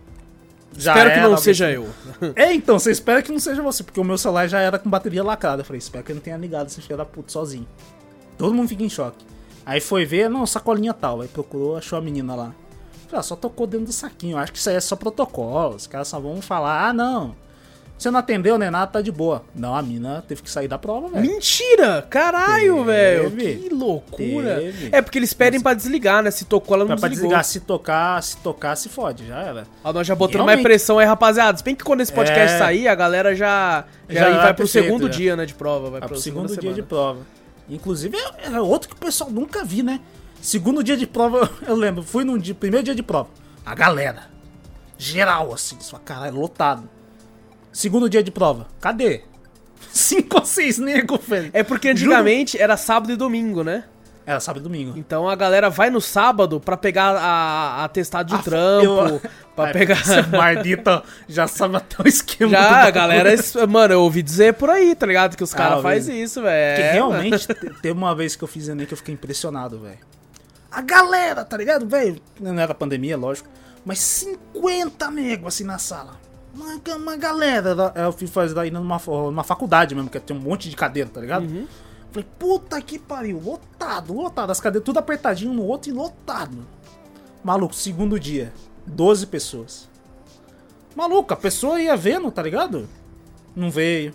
Já Espero que era, não alguém seja se- eu. É, então, você espera que não seja você, porque o meu celular já era com bateria lacrada. Eu falei, espero que ele não tenha ligado esse filho da puta sozinho. Todo mundo fica em choque. Aí foi ver, não, sacolinha tal. Aí procurou, achou a menina lá. Falei, só tocou dentro do saquinho. Acho que isso aí é só protocolo. Os caras só vão falar, ah, não. Você não atendeu, né? Nada, tá de boa. Não, a mina teve que sair da prova, velho. Mentira! Caralho, Teve. velho! Que loucura! Teve. É porque eles pedem pra desligar, né? Se tocou, ela não Pra desligou. desligar, se tocar, se fode, já era. Ó, nós já botando Realmente. mais pressão aí, rapaziada. Se bem que quando esse podcast É. sair, a galera já Já vai pro perfeito, segundo já. dia, né, de prova. Vai Pro pro segundo segunda dia de semana. prova. Inclusive, é outro que o pessoal nunca vi, né? Segundo dia de prova, eu lembro, fui no primeiro dia de prova. A galera. Geral, assim, sua caralho, lotado. Segundo dia de prova, cadê? 5 ou 6 negros, velho. É porque antigamente era sábado e domingo, né? Era sábado e domingo. Então a galera vai no sábado pra pegar a atestado de trampo, pra pegar... Esse mardita já sabe até o esquema. Já, a galera... Mano, eu ouvi dizer por aí, tá ligado? Que os caras fazem isso, velho. Que realmente, teve uma vez que eu fiz Enem que eu fiquei impressionado, velho. A galera, tá ligado, velho? Não era pandemia, lógico. Mas 50 nego assim na sala. Uma galera. Eu fui fazer daí numa faculdade mesmo, que tem um monte de cadeira, tá ligado? Uhum. Falei, puta que pariu, lotado. As cadeiras tudo apertadinho no outro e lotado. Maluco, segundo dia, 12 pessoas. Maluco, a pessoa ia vendo, tá ligado? Não veio.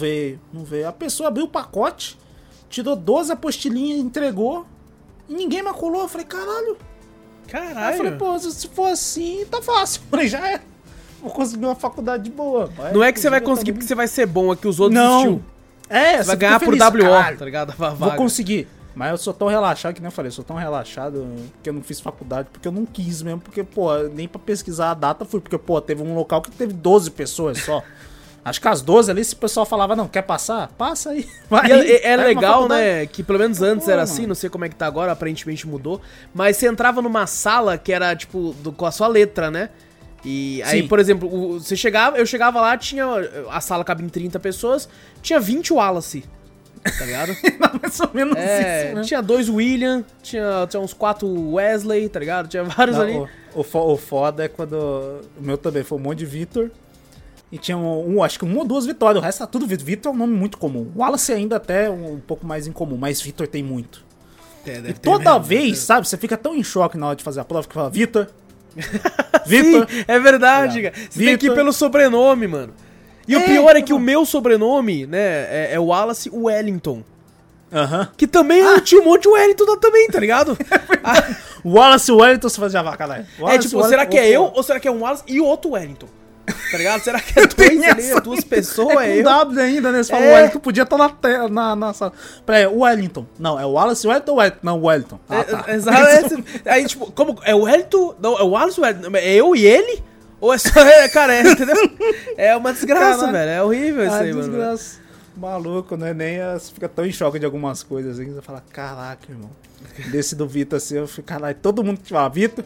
A pessoa abriu o pacote, tirou 12 apostilinhas, entregou e ninguém maculou. Eu falei, caralho. Aí eu falei, pô, se for assim, tá fácil. Eu falei, já é. Vou conseguir uma faculdade de boa. Não é que você vai conseguir porque você vai ser bom, é que os outros não. Você vai ganhar por WO, caralho. Tá ligado? Vou conseguir. Mas eu sou tão relaxado, que nem eu falei, sou tão relaxado que eu não fiz faculdade, porque eu não quis mesmo, porque, pô, nem pra pesquisar a data fui, porque, pô, teve um local que teve 12 pessoas só. Acho que as 12 ali, se o pessoal falava, não, quer passar? Passa aí. Vai, é legal, né, que pelo menos antes era assim, não sei como é que tá agora, aparentemente mudou, mas você entrava numa sala que era, tipo, com a sua letra, né? E aí, por exemplo, eu chegava lá, tinha a sala cabe em 30 pessoas, tinha 20 Wallace, tá ligado? Mais ou menos isso, né? Tinha 2 William, tinha uns 4 Wesley, tá ligado? Tinha vários ali. O foda é quando o meu também foi um monte de Vitor. E tinha acho que 1 ou 2 Vitórias, o resto tá tudo Vitor. Vitor é um nome muito comum. Wallace ainda até um pouco mais incomum, mas Vitor tem muito. E toda vez, sabe, você fica tão em choque na hora de fazer a prova que fala Vitor. Sim, é verdade, cara. Você tem que ir pelo sobrenome, mano. E o pior é que o meu sobrenome, né, é Wallace Wellington. Que também tinha um monte de Wellington também, tá ligado? Wallace Wellington, você faz já vaca, né? Tipo, será que é eu ou será que é um Wallace e o outro Wellington? Tá ligado? Será que é dois ali, 2 pessoas? É com W ainda, né? Você fala Wellington, podia estar na sala. Peraí, o Wellington. Não, é o Wallace Wellington ou Wellington? Não, o Wellington. Tá. Exato. Aí, tipo, como? É o Wellington? Não, é o Wallace Wellington. É eu e ele? Ou é só. Cara, entendeu? É uma desgraça, caralho, velho. É horrível isso aí, mano. Desgraça. Maluco, né? Nem você fica tão em choque de algumas coisas assim. Você fala, caraca, irmão. Desse do Vitor assim, eu fico, caralho. Todo mundo que fala, Vitor.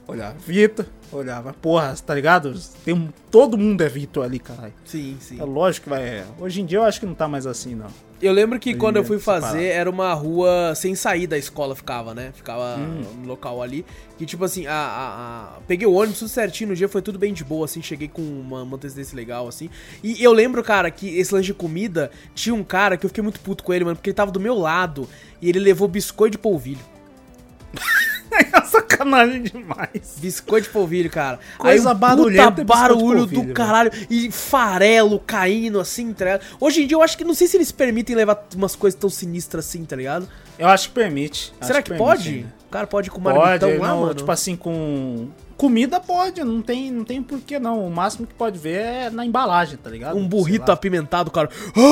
Olhava, porra, tá ligado? Todo mundo é Vitor ali, caralho. Sim. É lógico que vai. Hoje em dia eu acho que não tá mais assim, não. Eu lembro que quando eu fui fazer, era uma rua sem sair da escola, ficava, né? Ficava no local ali. Que tipo assim, peguei o ônibus tudo certinho no dia, foi tudo bem de boa, assim. Cheguei com uma antecedência legal, assim. E eu lembro, cara, que esse lanche de comida, tinha um cara que eu fiquei muito puto com ele, mano, porque ele tava do meu lado e ele levou biscoito de polvilho. É sacanagem demais. Biscoito de polvilho, cara. Coisa barulhenta, barulho do caralho. E farelo caindo assim, tá ligado? Hoje em dia eu acho que não sei se eles permitem levar umas coisas tão sinistras assim, tá ligado? Eu acho que permite. Será que pode? Ainda. O cara pode ir com marmitão lá, mano? Tipo assim, com comida pode, não tem porquê não. O máximo que pode ver é na embalagem, tá ligado? Um burrito apimentado, cara.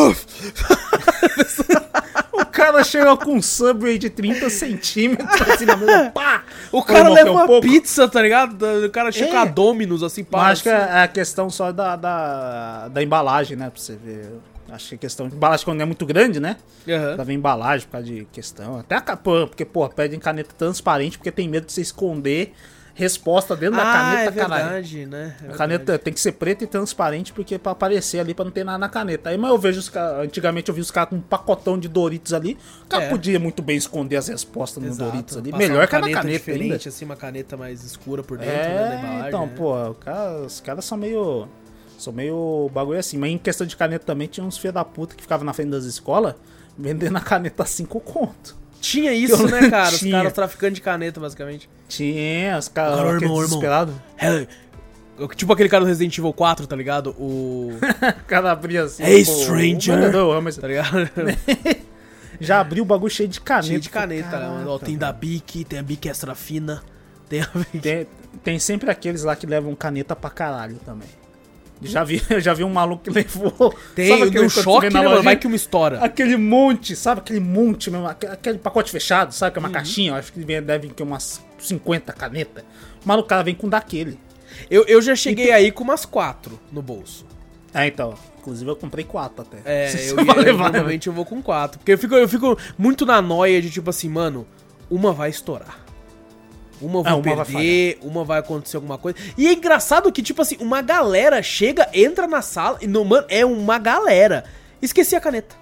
O cara chega com um Subway de 30 centímetros, assim, na mesa, pá! O cara leva uma pizza, tá ligado? O cara chega com a Domino's, assim, pá. Mas acho que é a questão só da embalagem, né? Pra você ver. Acho que a questão de embalagem, quando é muito grande, né? Pra ver embalagem por causa de questão. Até porque, pô, pedem caneta transparente porque tem medo de você esconder resposta dentro da caneta, verdade, caralho. Né? A caneta tem que ser preta e transparente porque pra aparecer ali, pra não ter nada na caneta. Aí, mas eu vejo os caras, antigamente eu vi os caras com um pacotão de Doritos ali, o cara podia muito bem esconder as respostas no Doritos ali. Passar melhor que a caneta diferente, ainda. Assim, uma caneta mais escura por dentro, né, da embalagem, então, né? pô, os caras são meio bagulho assim. Mas em questão de caneta também, tinha uns filha da puta que ficavam na frente das escolas vendendo a caneta a 5 conto. Tinha isso, né, cara? Os caras traficando de caneta, basicamente. Tinha, os caras desesperados. Tipo aquele cara do Resident Evil 4, tá ligado? O cara abria assim. Hey, stranger! Tá ligado? Já abriu o bagulho cheio de caneta. Cheio de caneta, caraca, ó, tem da Bic, tem a Bic extra fina. Tem sempre aqueles lá que levam caneta pra caralho também. Eu já vi um maluco que levou. Tem, no choque, né, mano? Vai que uma estoura. Aquele monte, sabe? Aquele monte mesmo. Aquele pacote fechado, sabe? Que é uma caixinha. Eu acho que deve ter umas 50 canetas. O maluco, cara vem com daquele. Eu já cheguei aí com umas 4 no bolso. Então. Inclusive eu comprei 4 até. Normalmente eu vou com 4. Porque eu fico muito na noia de tipo assim, mano, uma vai estourar. Uma eu vou perder, uma vai acontecer alguma coisa. E é engraçado que, tipo assim, uma galera chega, entra na sala e, mano, é uma galera. Esqueci a caneta.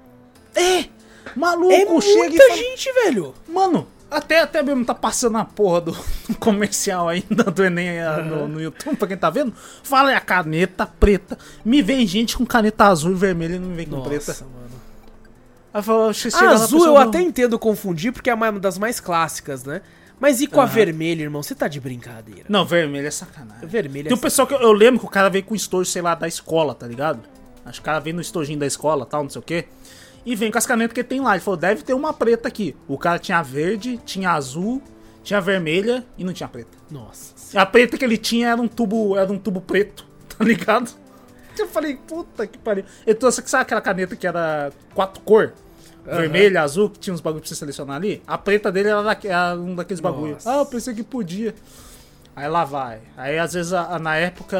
Maluco, chega muita gente, velho. Mano, até mesmo tá passando a porra do comercial ainda do Enem no YouTube, pra quem tá vendo. Fala, é a caneta preta. Me vem gente com caneta azul e vermelha e não me vem com preta. Nossa, mano. Aí fala, azul eu até entendo confundir, porque é uma das mais clássicas, né? Mas e com a vermelha, irmão? Você tá de brincadeira. Não, vermelha é sacanagem. Vermelha Tem um pessoal que eu lembro que o cara veio com estojo, sei lá, da escola, tá ligado? Acho que o cara veio no estojinho da escola, tal, não sei o quê. E vem com as canetas que tem lá. Ele falou, deve ter uma preta aqui. O cara tinha verde, tinha azul, tinha vermelha e não tinha preta. Nossa. A preta que ele tinha era um tubo preto, tá ligado? Eu falei, puta que pariu. Ele trouxe, sabe aquela caneta que era 4 cores? Vermelha, azul, que tinha uns bagulho pra você selecionar ali. A preta dele era um daqueles bagulhos. Eu pensei que podia. Aí lá vai. Aí às vezes, na época,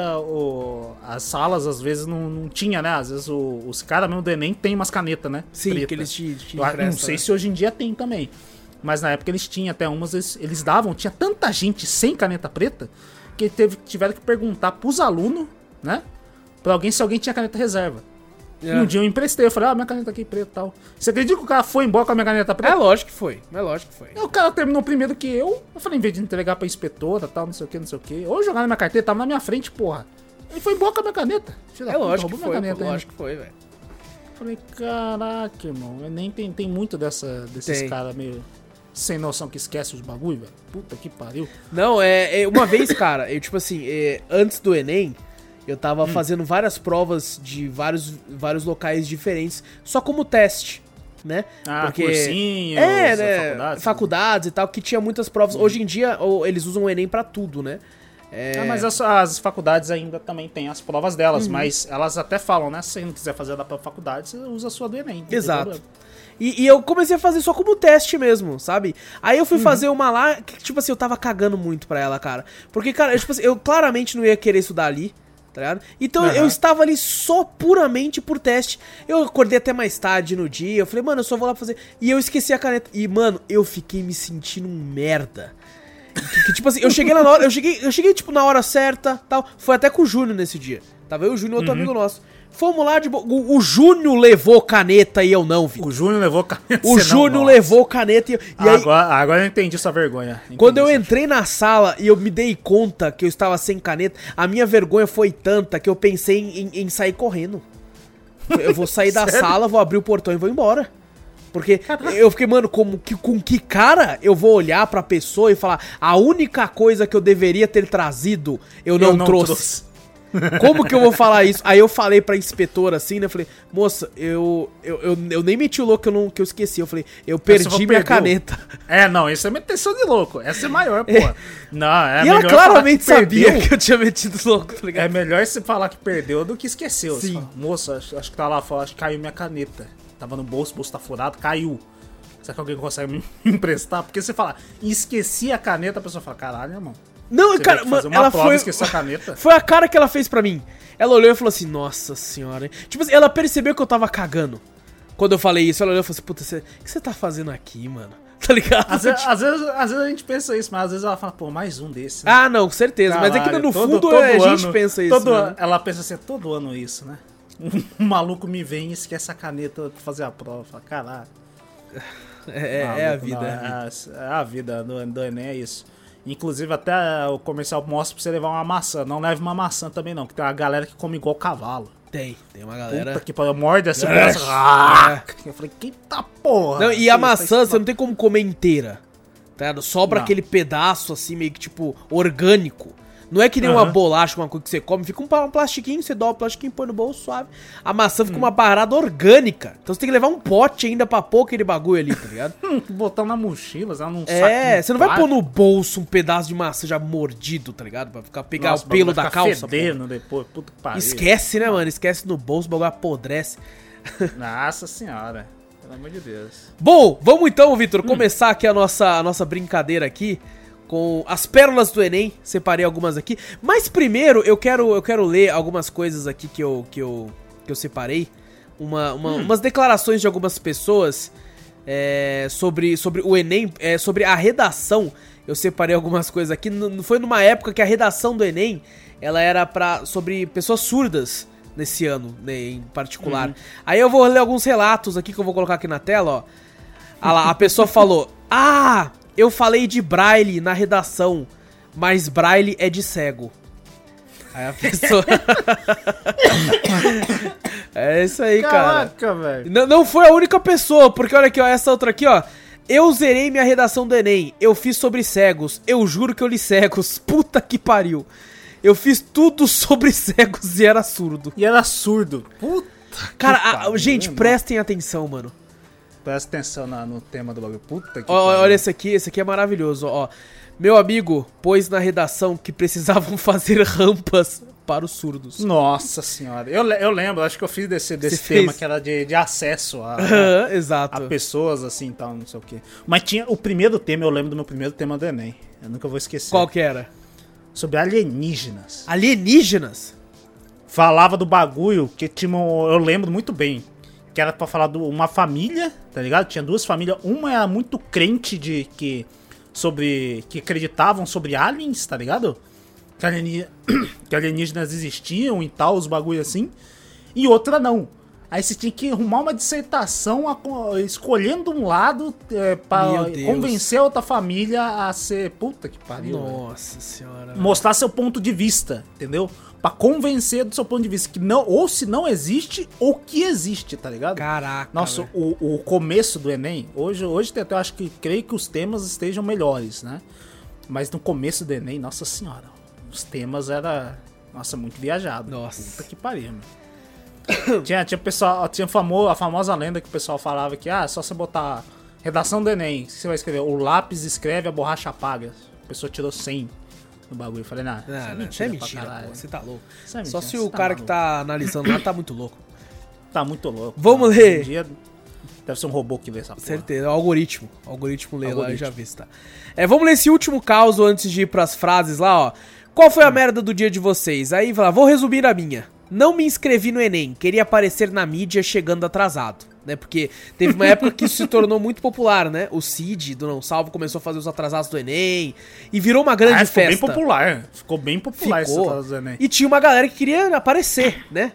as salas às vezes não tinha, né? Às vezes os caras mesmo do Enem tem umas canetas, né? Sim, preta. que eles te não sei se hoje em dia tem também. Mas na época eles tinham, até umas eles davam. Tinha tanta gente sem caneta preta que tiveram que perguntar pros alunos, né? Pra alguém se alguém tinha caneta reserva. E um dia eu emprestei, eu falei, minha caneta aqui preta e tal. Você acredita que o cara foi embora com a minha caneta preta? É lógico que foi. Aí o cara terminou primeiro que eu falei, em vez de entregar pra inspetora, tal, não sei o que. Ou jogar na minha carteira, tava na minha frente, porra. Ele foi embora com a minha caneta. Lógico que foi, lógico que foi, velho. Falei, caraca, irmão, nem tem muito desses caras meio sem noção que esquece os bagulho, velho. Puta que pariu. Não, uma vez, cara, eu tipo assim, antes do Enem, eu tava fazendo várias provas de vários locais diferentes, só como teste, né? Porque cursinhos, né? Faculdades e tal, que tinha muitas provas. Hoje em dia, eles usam o Enem pra tudo, né? Mas as faculdades ainda também têm as provas delas, mas elas até falam, né? Se você não quiser fazer da própria faculdade, você usa a sua do Enem. Exato. E eu comecei a fazer só como teste mesmo, sabe? Aí eu fui fazer uma lá que, tipo assim, eu tava cagando muito pra ela, cara. Porque, cara, tipo assim, eu claramente não ia querer estudar ali. Tá ligado? Então eu estava ali só puramente por teste. Eu acordei até mais tarde no dia. Eu falei, mano, eu só vou lá fazer. E eu esqueci a caneta. E, mano, eu fiquei me sentindo um merda. Que tipo assim, eu cheguei na hora. Eu cheguei, tipo, na hora certa tal. Foi até com o Júnior nesse dia. Tava eu e o Júnior, outro amigo nosso. Fomos lá de boa. O Júnior levou caneta e eu não, Vitor. O Júnior levou caneta. O Júnior levou caneta e aí... Agora eu entendi sua vergonha. Quando eu entrei na sala e eu me dei conta que eu estava sem caneta, a minha vergonha foi tanta que eu pensei em sair correndo. Eu vou sair da sala, vou abrir o portão e vou embora. Porque eu fiquei, mano, com que cara eu vou olhar pra pessoa e falar a única coisa que eu deveria ter trazido, eu não trouxe. Como que eu vou falar isso? Aí eu falei pra inspetora assim, né? Eu falei, moça, eu nem meti o louco que eu esqueci. Eu falei, eu perdi minha caneta. Não, isso é meteção de louco. Essa é maior, pô. Não, e ela claramente sabia que eu tinha metido louco, tá ligado? É melhor você falar que perdeu do que esqueceu. Sim. Fala, moça, acho que tá lá fora, acho que caiu minha caneta. Tava no bolso, o bolso tá furado, caiu. Será que alguém consegue me emprestar? Porque você fala, esqueci a caneta, a pessoa fala, caralho, irmão. Não, você cara, mano, ela foi. A caneta. Foi a cara que ela fez pra mim. Ela olhou e falou assim: nossa senhora, hein? Tipo assim, ela percebeu que eu tava cagando. Quando eu falei isso, ela olhou e falou assim: puta, o que você tá fazendo aqui, mano? Tá ligado? Às vezes a gente pensa isso, mas às vezes ela fala, pô, mais um desse. Né? Ah, não, com certeza. Caralho, mas é que no fundo a gente pensa isso. Né? Ela pensa assim: todo ano isso, né? Um maluco me vem e esquece a caneta pra fazer a prova. Fala, caralho. É a vida. É a vida do Enem, é isso. Inclusive até o comercial mostra pra você levar uma maçã. Não leve uma maçã também não, que tem uma galera que come igual cavalo. Tem uma galera... Puta que pariu, morde assim, eu falei, eita porra. Não, e a maçã você não tem como comer inteira, tá? Sobra aquele pedaço assim, meio que tipo, orgânico. Não é que nem uma bolacha, uma coisa que você come, fica um plastiquinho, você dá o plastiquinho, põe no bolso, suave. A maçã fica uma parada orgânica. Então você tem que levar um pote ainda pra pôr aquele bagulho ali, tá ligado? Botar na mochila, num saco. Você não vai pôr no bolso um pedaço de maçã já mordido, tá ligado? Pra pegar o pelo da calça. Depois, puta que pariu. Esquece, né, mano? Esquece no bolso, o bagulho apodrece. Nossa senhora. Pelo amor de Deus. Bom, vamos então, Vitor, começar aqui a nossa brincadeira aqui com as pérolas do Enem. Separei algumas aqui. Mas primeiro eu quero ler algumas coisas aqui que eu separei. Umas declarações de algumas pessoas sobre o Enem, sobre a redação. Eu separei algumas coisas aqui. Foi numa época que a redação do Enem ela era sobre pessoas surdas nesse ano, né, em particular. Aí eu vou ler alguns relatos aqui que eu vou colocar aqui na tela, ó. Ah lá, a pessoa falou: "Ah, eu falei de braille na redação, mas braille é de cego." Aí a pessoa... É isso aí, Caraca, cara. velho. Não foi a única pessoa, porque olha aqui, ó, essa outra aqui, ó. "Eu zerei minha redação do Enem, eu fiz sobre cegos, eu juro que eu li cegos, puta que pariu. Eu fiz tudo sobre cegos e era surdo." E era surdo. Puta Cara, que pariu, gente, mano. prestem atenção, mano. Presta atenção no tema do bagulho. Puta que Olha esse aqui é maravilhoso, ó. "Meu amigo pôs na redação que precisavam fazer rampas para os surdos." Nossa senhora. Eu lembro, acho que eu fiz desse Você tema fez? que era de acesso a Exato. pessoas, assim, tal, não sei o quê. Mas tinha o primeiro tema, eu lembro do meu primeiro tema do Enem. Eu nunca vou esquecer. Qual que era? Sobre alienígenas. Alienígenas? Falava do bagulho que tinha eu lembro muito bem. Que era pra falar de uma família, tá ligado? Tinha duas famílias. Uma era muito crente que acreditavam sobre aliens, tá ligado? Que alienígenas existiam e tal, os bagulho assim. E outra não. Aí você tinha que arrumar uma dissertação escolhendo um lado pra Meu Deus. convencer a outra família a ser... Puta que pariu. Nossa senhora. Mostrar seu ponto de vista, entendeu? Pra convencer do seu ponto de vista que não, ou se não existe, ou que existe, tá ligado? Caraca. Nossa, velho. o começo do Enem, hoje eu acho que creio que os temas estejam melhores, né? Mas no começo do Enem, nossa senhora, os temas era, nossa, muito viajado. Nossa. Puta que pariu, meu. tinha a famosa lenda que o pessoal falava que, só você botar redação do Enem, o que você vai escrever? O lápis escreve, a borracha apaga. A pessoa tirou 100 no bagulho. Eu falei, Não, isso é mentira, pra caralho. pô. Você tá louco. Isso é Só mentira, se você o tá cara maluco. que tá analisando lá tá muito louco. Tá muito louco. Vamos Hoje ler. em dia, deve ser um robô que lê essa porra. Certeza, é o algoritmo. O algoritmo lê lá e Algoritmo. já vê se tá. Vamos ler esse último caos antes de ir pras frases lá, ó. "Qual foi a merda do dia de vocês?" Aí vai lá, vou resumir a minha. "Não me inscrevi no Enem, queria aparecer na mídia chegando atrasado." Né, porque teve uma época que isso se tornou muito popular, né? O Cid, do Não Salvo, começou a fazer os atrasados do Enem e virou uma grande Ficou festa. Ficou bem popular esse Ficou. atraso do Enem. E tinha uma galera que queria aparecer, né?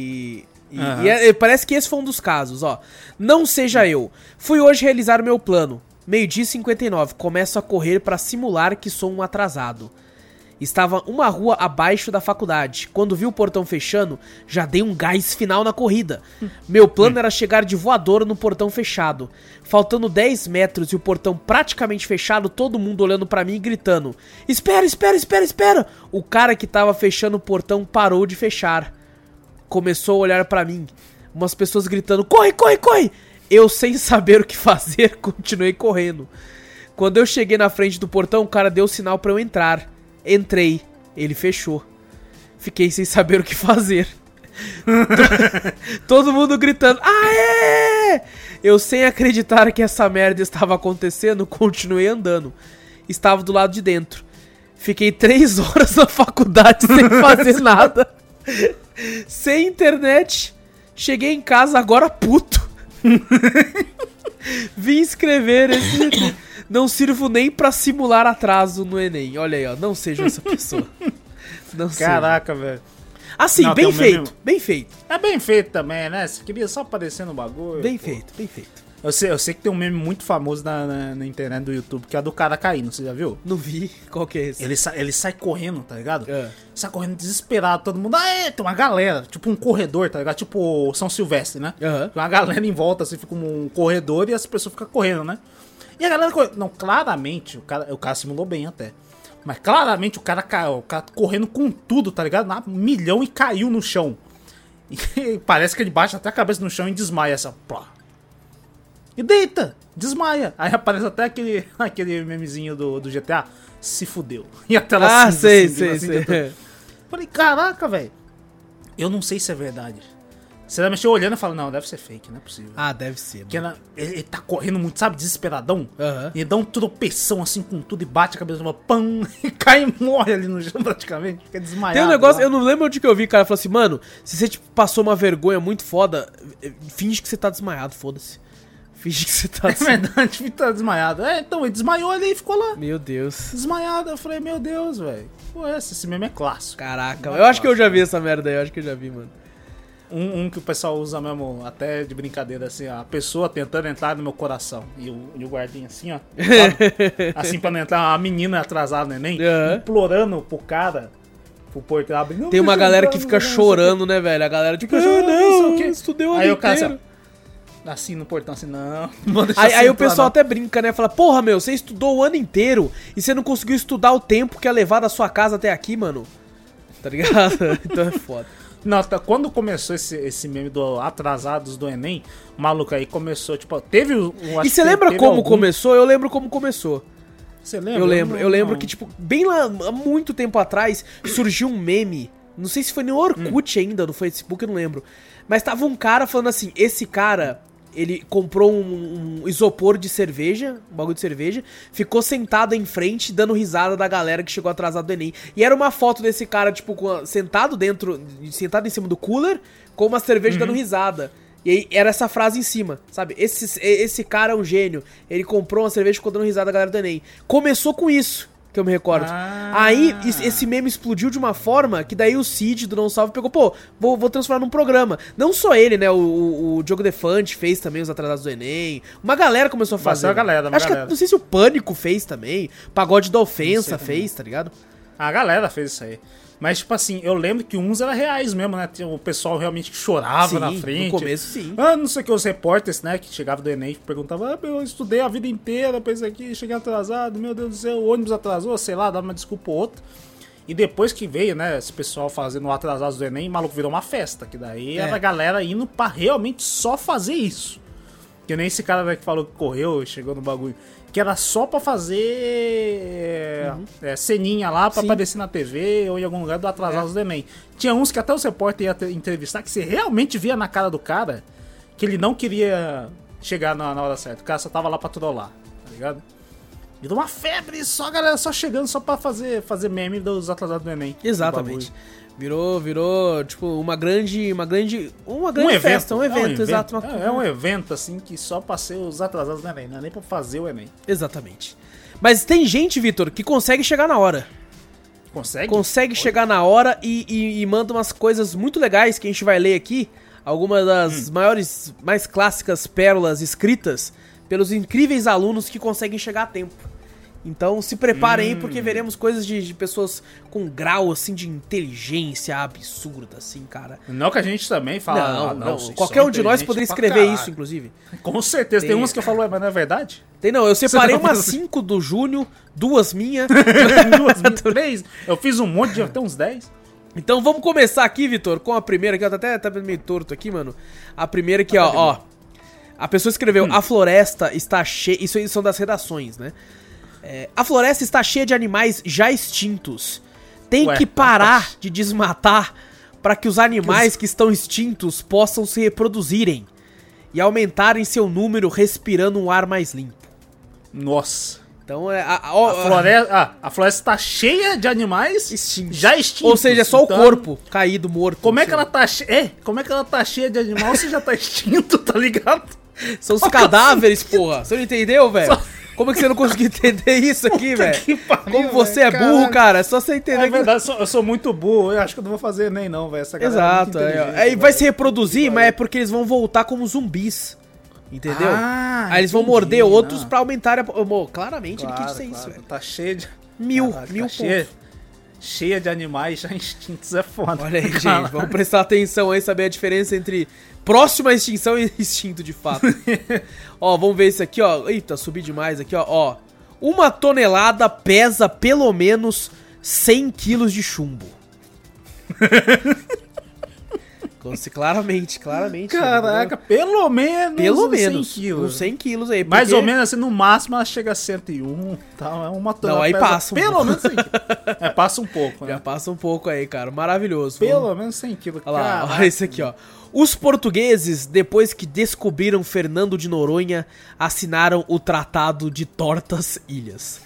Parece que esse foi um dos casos, ó. "Não seja eu. Fui hoje realizar o meu plano. 12h59. Começo a correr pra simular que sou um atrasado. Estava uma rua abaixo da faculdade. Quando vi o portão fechando, já dei um gás final na corrida. Meu plano era chegar de voadora no portão fechado. Faltando 10 metros e o portão praticamente fechado, todo mundo olhando pra mim e gritando: Espera, espera, espera, espera! O cara que tava fechando o portão parou de fechar. Começou a olhar pra mim. Umas pessoas gritando: Corre, corre, corre! Eu, sem saber o que fazer, continuei correndo. Quando eu cheguei na frente do portão, o cara deu sinal pra eu entrar. Entrei, ele fechou. Fiquei sem saber o que fazer. Todo mundo gritando: Aê! Eu, sem acreditar que essa merda estava acontecendo, continuei andando. Estava do lado de dentro. Fiquei 3 horas na faculdade sem fazer nada. Sem internet. Cheguei em casa agora puto. Vim escrever esse... Não sirvo nem pra simular atraso no Enem. Olha aí, ó. Não seja essa pessoa. Não seja. Caraca, velho. Assim, Não, bem tem um feito. meme- Bem feito. É bem feito também, né? Você queria só aparecer no bagulho. Bem pô. feito, bem feito. Eu sei que tem um meme muito famoso na internet do YouTube, que é a do cara caindo, você já viu? Não vi. Qual que é esse? Ele sai correndo, tá ligado? É. Sai correndo desesperado, todo mundo. Aê, tem uma galera, tipo um corredor, tá ligado? Tipo São Silvestre, né? Aham. Tem uma galera em volta, assim, fica um corredor e as pessoas ficam correndo, né? E a galera correndo. Não, claramente, o cara simulou bem até. Mas claramente o cara correndo com tudo, tá ligado? Na milhão e caiu no chão. E parece que ele baixa até a cabeça no chão e desmaia essa. Plá. E deita, desmaia. Aí aparece até aquele memezinho do GTA. Se fudeu. E a tela Sei, cinza, sei. Falei, caraca, velho. Eu não sei se é verdade. Você deve mexer olhando e fala, não, deve ser fake, não é possível. Ah, deve ser. Porque ele tá correndo muito, sabe, desesperadão. Aham. E ele dá um tropeção assim com tudo e bate a cabeça no pão e cai e morre ali no chão praticamente. Fica desmaiado. Tem um negócio, lá. eu não lembro onde que eu vi, cara, falou assim, mano, se você tipo, passou uma vergonha muito foda, finge que você tá desmaiado, foda-se. Finge que você tá É verdade, ele tá desmaiado. Então, ele desmaiou ali e ficou lá. Meu Deus. Desmaiado. Eu falei, meu Deus, velho. Pô, esse meme é clássico. Caraca, eu acho que eu já vi essa merda aí, eu acho que eu já vi, mano. Um que o pessoal usa mesmo, até de brincadeira, assim, a pessoa tentando entrar no meu coração. E o guardinha assim, ó. Sabe? Assim, pra não entrar, a menina atrasada no Enem, implorando pro cara, pro porteiro abrir. Tem uma galera que fica chorando, né, velho? A galera tipo, não, estudei o ano Aí o cara inteiro. assim no portão, assim, não. Aí o pessoal até brinca, né? Fala, porra, meu, você estudou o ano inteiro e você não conseguiu estudar o tempo que ia levar da sua casa até aqui, mano. Tá ligado? Então é foda. Não, quando começou esse meme do atrasados do Enem, o maluco aí começou, tipo, teve E você lembra como começou? Eu lembro como começou. Você lembra? Eu lembro que, tipo, bem lá, há muito tempo atrás, surgiu um meme, não sei se foi no Orkut ainda, no Facebook, eu não lembro, mas tava um cara falando assim, esse cara, ele comprou um isopor de cerveja, um bagulho de cerveja, ficou sentado em frente, dando risada da galera que chegou atrasado do Enem. E era uma foto desse cara, tipo, sentado em cima do cooler, com uma cerveja dando risada. E aí era essa frase em cima, sabe? Esse cara é um gênio. Ele comprou uma cerveja e ficou dando risada da galera do Enem. Começou com isso, que eu me recordo. Aí esse meme explodiu de uma forma que daí o Cid do Não Salve pegou, pô, vou transformar num programa. Não só ele, né? O Diogo Defante fez também os atrasados do Enem. Uma galera começou a fazer. Acho que não sei se o Pânico fez também. Pagode da Ofensa fez, tá ligado? A galera fez isso aí. Mas, tipo assim, eu lembro que uns eram reais mesmo, né? Tinha o pessoal realmente que chorava na frente. No começo, sim. Não sei o que, os repórteres, né? Que chegavam do Enem e perguntavam, eu estudei a vida inteira pra isso aqui, cheguei atrasado, meu Deus do céu, o ônibus atrasou, sei lá, dava uma desculpa ou outra. E depois que veio, né, esse pessoal fazendo o atrasados do Enem, o maluco virou uma festa. Que daí era a galera indo pra realmente só fazer isso. Que nem esse cara, né, que falou que correu e chegou no bagulho. Que era só pra fazer ceninha lá pra aparecer na TV ou em algum lugar do atrasados do Enem. Tinha uns que até o repórter ia entrevistar que você realmente via na cara do cara que ele não queria chegar na hora certa. O cara só tava lá pra trollar, tá ligado? Virou uma febre, só a galera só chegando só pra fazer meme dos atrasados do Enem. Exatamente. Virou, tipo, uma grande festa, um evento, exato. É um evento, assim, que só pra ser os atrasados do Enem, não é nem pra fazer o Enem. Exatamente. Mas tem gente, Vitor, que consegue chegar na hora. Consegue? Consegue chegar na hora e manda umas coisas muito legais que a gente vai ler aqui. Algumas das maiores, mais clássicas pérolas escritas pelos incríveis alunos que conseguem chegar a tempo. Então se preparem aí, porque veremos coisas de pessoas com grau, assim, de inteligência absurda, assim, cara. Não que a gente também fala... Não. Qualquer um de nós poderia escrever isso, inclusive. Com certeza. Tem umas que eu falo, mas não é verdade? Tem não, eu separei umas 5 do Júnior, 2 minhas. 3? Eu fiz um monte, de até uns 10. Então vamos começar aqui, Vitor, com a primeira, que eu até meio torto aqui, mano. A primeira aqui, ó. A pessoa escreveu, a floresta está cheia... Isso são das redações, né? A floresta está cheia de animais já extintos. Tem que parar de desmatar para que os animais que estão extintos possam se reproduzirem e aumentarem seu número respirando um ar mais limpo. Nossa. Então a floresta está cheia de animais já extintos. Ou seja, é só o corpo caído, morto. Como é que ela tá cheia? Como é que ela tá cheia de animal se já tá extinto, tá ligado? São os cadáveres, porra. Você não entendeu, velho? Como é que você não conseguiu entender isso aqui, velho? Como você é burro, cara. É só você entender. É verdade, eu sou muito burro. Eu acho que eu não vou fazer nem não, velho. Exato. Aí vai se reproduzir, mas é porque eles vão voltar como zumbis. Entendeu? Aí eles vão morder outros pra aumentar a... Claramente ele quis dizer isso, velho. Tá cheio de... Mil pontos. Cheia de animais já extintos, é foda. Olha aí, gente, vamos prestar atenção aí, saber a diferença entre próxima extinção e extinto de fato. Ó, vamos ver isso aqui, ó. Eita, subi demais aqui, ó. 1 tonelada pesa pelo menos 100 quilos de chumbo. Doce, claramente. Caraca, pelo menos Pelo menos. 100 quilos. Uns 100 quilos aí. Mais porque- ou menos assim, no máximo ela chega a 101. Tá, é uma Não, ela aí pesa passa um pelo pouco. menos 100 quilos. Passa um pouco, Já né? passa um pouco aí, cara. Maravilhoso. Pelo menos 100 quilos. Olha lá, Caraca. olha esse aqui, ó. Os portugueses, depois que descobriram Fernando de Noronha, assinaram o Tratado de Tortas Ilhas.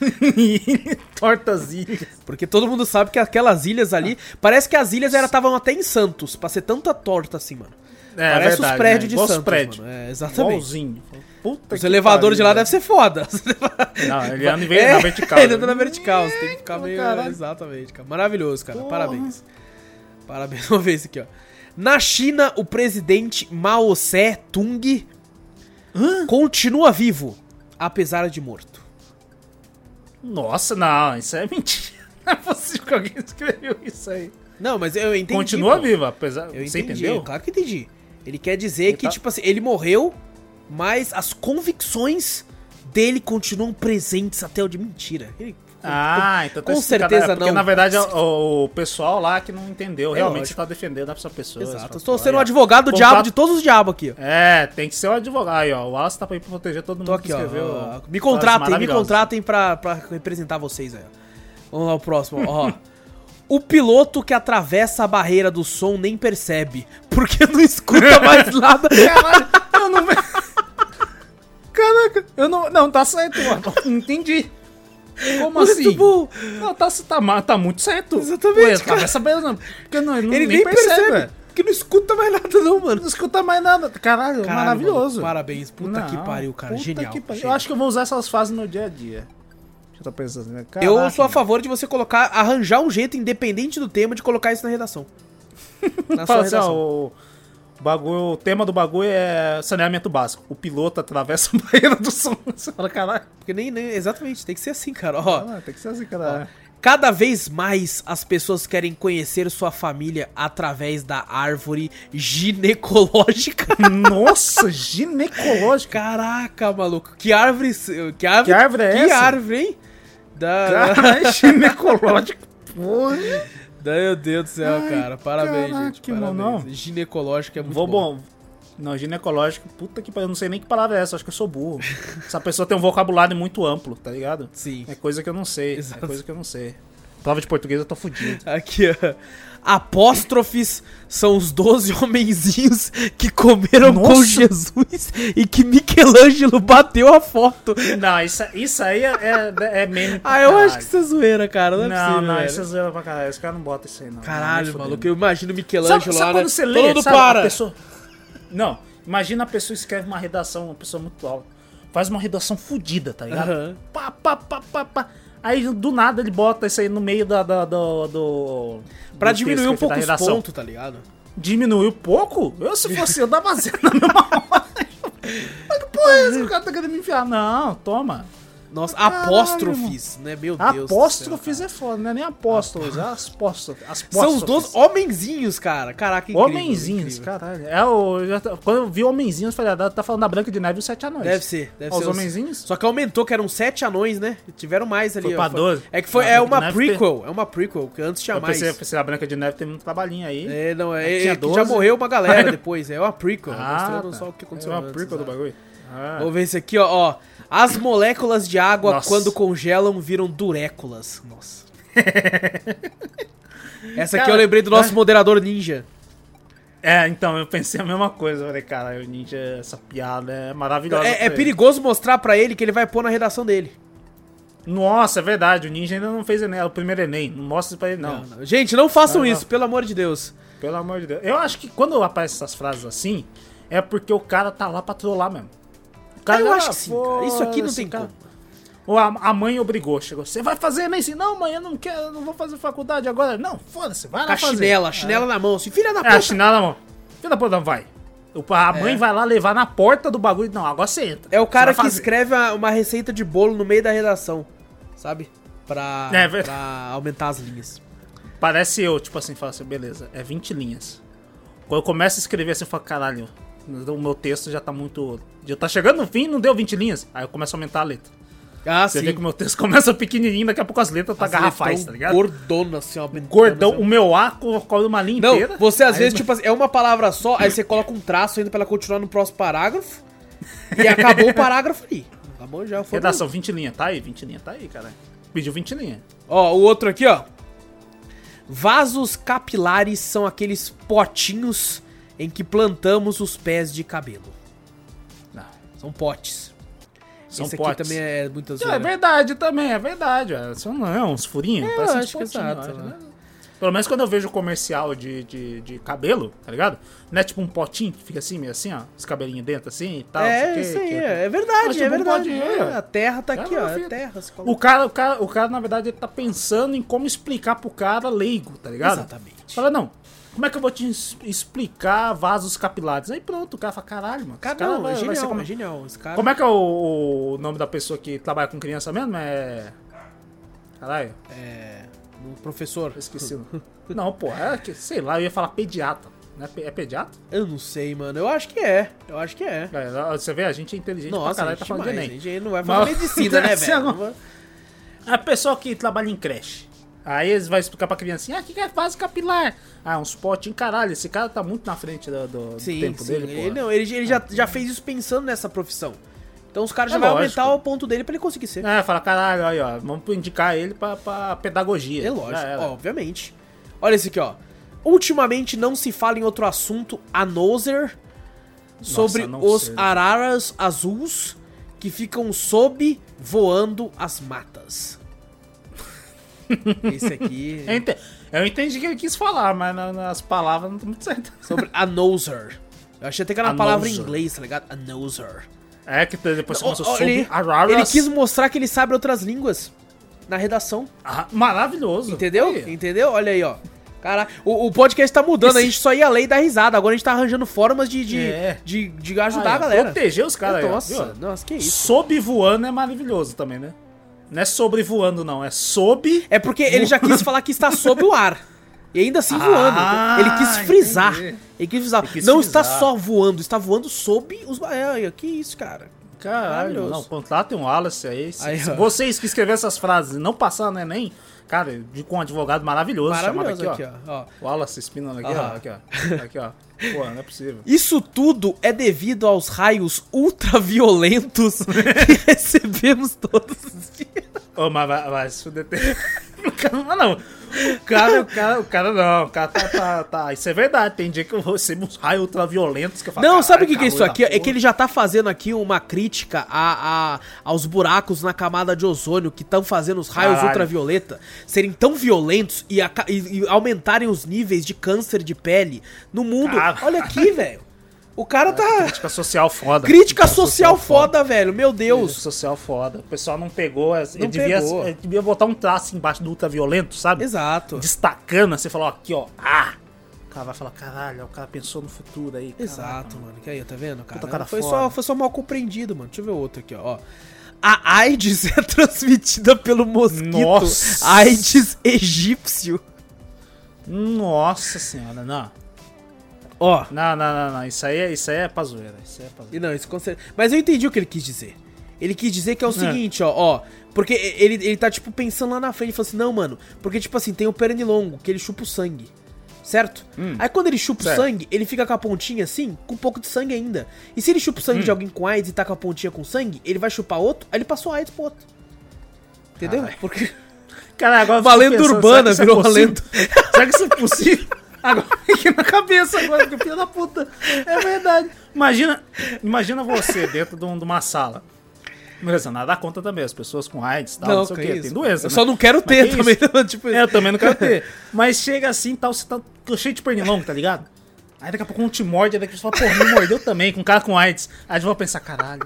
Tortas ilhas. Porque todo mundo sabe que aquelas ilhas ali... Parece que as ilhas estavam até em Santos, pra ser tanta torta assim, mano. É, Parece verdade, os prédios né? de Igual os Santos, prédios. mano. É, exatamente. Igualzinho. Puta Os que elevadores de lá pariu, devem ser foda. Não, ele anda na vertical. Ele anda na vertical, você tem que ficar meio... caralho. Exatamente, cara. Maravilhoso, cara. Porra. Parabéns. Parabéns. Vamos ver esse aqui, ó. Na China, o presidente Mao Tse-tung continua vivo, apesar de morto. Nossa, não, isso é mentira. Não é possível que alguém escreveu isso aí. Não, mas eu entendi. Continua pô. vivo, apesar. Eu Você entendi, entendeu? claro que entendi. Ele quer dizer Ele que, tá- tipo assim, ele morreu, mas as convicções dele continuam presentes até o de mentira. Ele, Ah, então tá Com explicado. certeza Porque não. na verdade o pessoal lá que não entendeu. Realmente lógico. você tá defendendo essa pessoa. exato. Eu Você estou fala, sendo o aí, ó. advogado do Contrato- diabo de todos os diabos aqui, ó. É, tem que ser o advogado. Aí, ó. O Wallace tá pra ir pra proteger todo mundo Tô que aqui, ó. escreveu. Me frases contratem maravilhosas. pra representar vocês aí, ó. Vamos lá, o próximo, ó. O piloto que atravessa a barreira do som nem percebe, porque não escuta mais nada. Caralho, eu não. Caraca, eu não. Não, tá certo, mano. Entendi. Como Muito assim? bom. Não, tá muito certo. Exatamente, Ué, cara. cabeça mesmo, porque não, Ele nem percebe, porque não escuta mais nada não, mano. Não escuta mais nada. Caralho, Caralho, maravilhoso. mano, parabéns, puta que Não, pariu, cara. puta Genial. que pariu. Eu genial. acho que eu vou usar essas frases no dia a dia. Eu tô pensando, né? Eu Caraca, sou a mano. favor de você colocar, arranjar um jeito, independente do tema, de colocar isso na redação. Na Fala sua assim, ó, redação. o tema do bagulho é saneamento básico. O piloto atravessa a barreira do som. Você fala, caralho. Porque nem, exatamente, tem que ser assim, cara. Ó, Tem que ser assim, cara. cada vez mais as pessoas querem conhecer sua família através da árvore ginecológica. Nossa, ginecológica. Caraca, maluco. Que árvore Que árvore é que essa? árvore, hein? Caralho, ginecológica. Porra. Meu Deus do céu, Ai, cara. Parabéns, caraca, gente. que Parabéns. não. Ginecológico é muito Vou bom. bom. Não, ginecológico, puta que pariu. Eu não sei nem que palavra é essa, acho que eu sou burro. Essa pessoa tem um vocabulário muito amplo, tá ligado? Sim. É coisa que eu não sei. Exato. É coisa que eu não sei. Prova de português eu tô fudido. Aqui, ó. Apóstrofes são os 12 homenzinhos que comeram com Nossa. Jesus e que Michelangelo bateu a foto. Não, isso aí é meme pra Ah, eu caralho. acho que isso é zoeira, cara. Não é possível, Não, velho. isso é zoeira pra caralho. Esse cara não bota isso aí, não. Caralho, Nem maluco. fudendo. Eu imagino o Michelangelo Sabe lá, quando né? você Todo lê, mundo sabe, para. a pessoa... Não, imagina a pessoa escreve uma redação, uma pessoa muito alta. Faz uma redação fodida, tá ligado? Aham. Pá, pá, pá, pá, pá. Aí, do nada, ele bota isso aí no meio do Pra do diminuir um texto que pouco da os redação. pontos, tá ligado? Diminuiu pouco? Eu, se fosse eu, dava zero na mesma hora. Mas que porra é essa que o cara tá querendo me enfiar? Não, toma. Nossa, Caralho, apóstrofes, né? Meu Deus. do céu, Apóstrofes cara. é foda, não é nem apóstolos, é as apóstrofes. São os 12 homenzinhos, cara. Caraca, incrível. Homenzinhos, incrível. caralho. Quando eu vi homenzinhos, eu falei, tá falando da Branca de Neve e os Sete Anões. Deve ser. Os homenzinhos? Só que aumentou, que eram 7 anões, né? Tiveram mais ali. Foi pra ó. 12. É que foi, Na é Branca uma de Neve prequel. É uma prequel, que antes tinha Eu mais. pensei, a Branca de Neve teve um trabalhinho aí. É, não, Aqui é tinha que já 12. morreu uma galera depois. É uma prequel, Ah, mostrando tá. só o que aconteceu É uma antes, prequel do exato. bagulho. Ah. Vamos ver esse aqui, ó. As moléculas de água, Nossa. quando congelam, viram duréculas. Nossa. Essa aqui Cara, eu lembrei do nosso moderador ninja. É, então, eu pensei a mesma coisa. Eu falei, cara, o Ninja, essa piada é maravilhosa. É pra ele. perigoso mostrar pra ele que ele vai pôr na redação dele. Nossa, é verdade, o Ninja ainda não fez Enem, é o primeiro Enem. Não mostra isso pra ele, não. Não. Gente, não façam Não, isso, não. pelo amor de Deus. Pelo amor de Deus. Eu acho que quando aparecem essas frases assim, é porque o cara tá lá pra trollar mesmo. O cara, Eu acho que sim, cara. Isso aqui não foda-se, tem cara. como. Ou a mãe obrigou, chegou. Você vai fazer Enem? Sim, não, mãe, eu não quero, eu não vou fazer faculdade agora. Não, foda-se, vai Com lá a fazer. chinela, a chinela na mão, assim, filha da É, puta. a chinela na mão. Filha da puta, não vai. A mãe vai lá levar na porta do bagulho. Não, agora você entra. É o cara Você vai que fazer. escreve uma receita de bolo no meio da redação, sabe? Pra, É verdade. pra aumentar as linhas. Parece eu, tipo assim, fala assim, beleza, é 20 linhas. Quando eu começo a escrever assim, eu falo, caralho, o meu texto já tá muito... Já tá chegando no fim, não deu 20 linhas. Aí eu começo a aumentar a letra. Ah, Você sim. vê que o meu texto começa pequenininho, daqui a pouco as letras tá As garrafais, letras tá ligado? Gordona, assim, ó. Gordão, assim. o meu A cobre uma linha Não, inteira. você às Aí vezes, tipo assim, é uma palavra só, aí você coloca um traço ainda pra ela continuar no próximo parágrafo. E acabou o parágrafo ali. Acabou já, foi. Redação, 20 linhas, tá aí? 20 linhas, tá aí, cara. Pediu 20 linhas. Ó, o outro aqui, ó. Vasos capilares são aqueles potinhos em que plantamos os pés de cabelo. Não, São potes. são Esse potes. aqui também é muita É zoeira. verdade também, é verdade. São não, uns furinhos, parece uns acho que potinhos, exato, eu acho, né? né? Pelo menos quando eu vejo comercial de cabelo, tá ligado? Não é tipo um potinho que fica assim, meio assim, ó, os cabelinhos dentro assim e tal. não sei o É, quê, isso aí, que é verdade, Mas, é tipo, verdade. pode- É, a terra tá aqui, É, ó. meu É filho. terra. se coloca- O cara, na verdade, ele tá pensando em como explicar pro cara leigo, tá ligado? Exatamente. Fala, não, como é que eu vou te explicar vasos capilares? Aí pronto, o cara fala, caralho, mano. esse Cara, cara não, é vai ser genial, como... é genial. Esse cara... Como é que é o nome da pessoa que trabalha com criança mesmo? É... Caralho, É... Um professor. eu esqueci. Não, pô, é que, sei lá, eu ia falar pediatra. Não é pediatra? Eu não sei, mano. Eu acho que é. Eu acho que é. Você vê, a gente é inteligente pra Nossa, caralho, a tá gente, falando de demais, Enem. a gente não vai fazer Mas- medicina, né, Você velho? não- A pessoa que trabalha em creche. Aí eles vão explicar pra criancinha, o que é vaso capilar? Ah, uns potinhos, caralho, esse cara tá muito na frente do Sim, tempo sim. dele, pô. Ele, não, ele já fez isso pensando nessa profissão. Então os caras É já vão lógico. aumentar o ponto dele pra ele conseguir ser. É, fala, caralho, aí, ó, vamos indicar ele pra pedagogia. É lógico, Já era. obviamente. Olha esse aqui, ó. Ultimamente não se fala em outro assunto a não ser sobre a não os ser. araras azuis que ficam sob voando as matas. Esse aqui Eu entendi o que ele quis falar, mas nas palavras não estão muito certas. sobre a noser. Eu achei até que era uma A palavra em noser. inglês, tá ligado? A noser. É que depois você começou Ó, sobre araras. ele quis mostrar que ele sabe outras línguas na redação. Ah, maravilhoso. Entendeu? Aí. Entendeu? Olha aí, ó. Cara, o podcast tá mudando, a gente só ia ler e dar risada. Agora a gente tá arranjando formas de ajudar Aí, a ó, galera. Proteger os caras aí, ó, Nossa, viu? nossa, que isso. Sobrevoando é maravilhoso também, né? Não é sobrevoando, não. É sob... É porque ele já quis falar que está sob o ar. E ainda assim Ah, voando. Ele quis frisar. entendi. Ele quis frisar. Ele quis Não frisar. está só voando, está voando sob os... Que isso, cara. Caralho, Maravilhoso. não, contratem um Wallace aí. Se Aí, ó. vocês que escreveram essas frases e não passaram no Enem, cara, com um advogado maravilhoso, Maravilhoso chamado aqui, aqui, ó. ó. Wallace Spinner aqui, Aham. ó. Aqui, ó. Aqui, ó. Pô, não é possível. Isso tudo é devido aos raios ultraviolentos que recebemos todos os dias. Ô, mas se fuder... O cara não. O cara não. O cara tá. Isso é verdade. Tem dia que eu recebo uns raios ultraviolentos que eu falo. Não, sabe o "Caralho, que é isso calor aqui? da É que porra." ele já tá fazendo aqui uma crítica aos buracos na camada de ozônio que estão fazendo os raios Caralho. ultravioleta serem tão violentos e aumentarem os níveis de câncer de pele no mundo. Caralho. Olha aqui, velho. O cara tá... Crítica social foda. Crítica social foda, velho. Meu Deus. Crítica social foda. O pessoal não pegou. Ele Não devia, pegou. ele devia botar um traço embaixo do ultraviolento, sabe? Exato. Destacando. Você falou, aqui, ó. Ah! O cara vai falar, caralho, o cara pensou no futuro aí. Caralho, Exato, mano. Que aí, tá vendo, cara? Puta cara foi, foda. foi só mal compreendido, mano. Deixa eu ver outro aqui, ó. A AIDS é transmitida pelo mosquito Nossa. Aedes aegypti. Nossa senhora, não. Ó. Não. Isso aí é pra zoeira. Isso aí é pra zoeira. E não, isso com certeza. Mas eu entendi o que ele quis dizer. Ele quis dizer que é o seguinte, ó. Porque ele tá, tipo, pensando lá na frente. Ele falou assim, não, mano. Porque, tipo assim, tem o pernilongo, que ele chupa o sangue. Certo? Aí quando ele chupa o Certo. sangue, ele fica com a pontinha assim, com um pouco de sangue ainda. E se ele chupa o sangue de alguém com AIDS e tá com a pontinha com sangue, ele vai chupar outro, aí ele passou AIDS pro outro. Entendeu? Caralho. Porque... Cara, agora eu Uma fico lenda pensando, urbana, será que virou isso é uma lenda. possível? Será que isso é possível? Agora aqui na cabeça agora, que filho da puta. É verdade. Imagina você dentro de uma sala. Beleza, nada conta também, as pessoas com AIDS e tal, não sei o que quê, isso. tem doença, Eu né? só não quero Mas ter que também, isso? né? Tipo, Eu também não quero ter. Mas chega assim, tal, você tá cheio de pernilongo, tá ligado? Aí daqui a pouco um te morde, aí daqui a pouco você fala, porra, me mordeu também, com um cara com AIDS. Aí a gente vai pensar, caralho.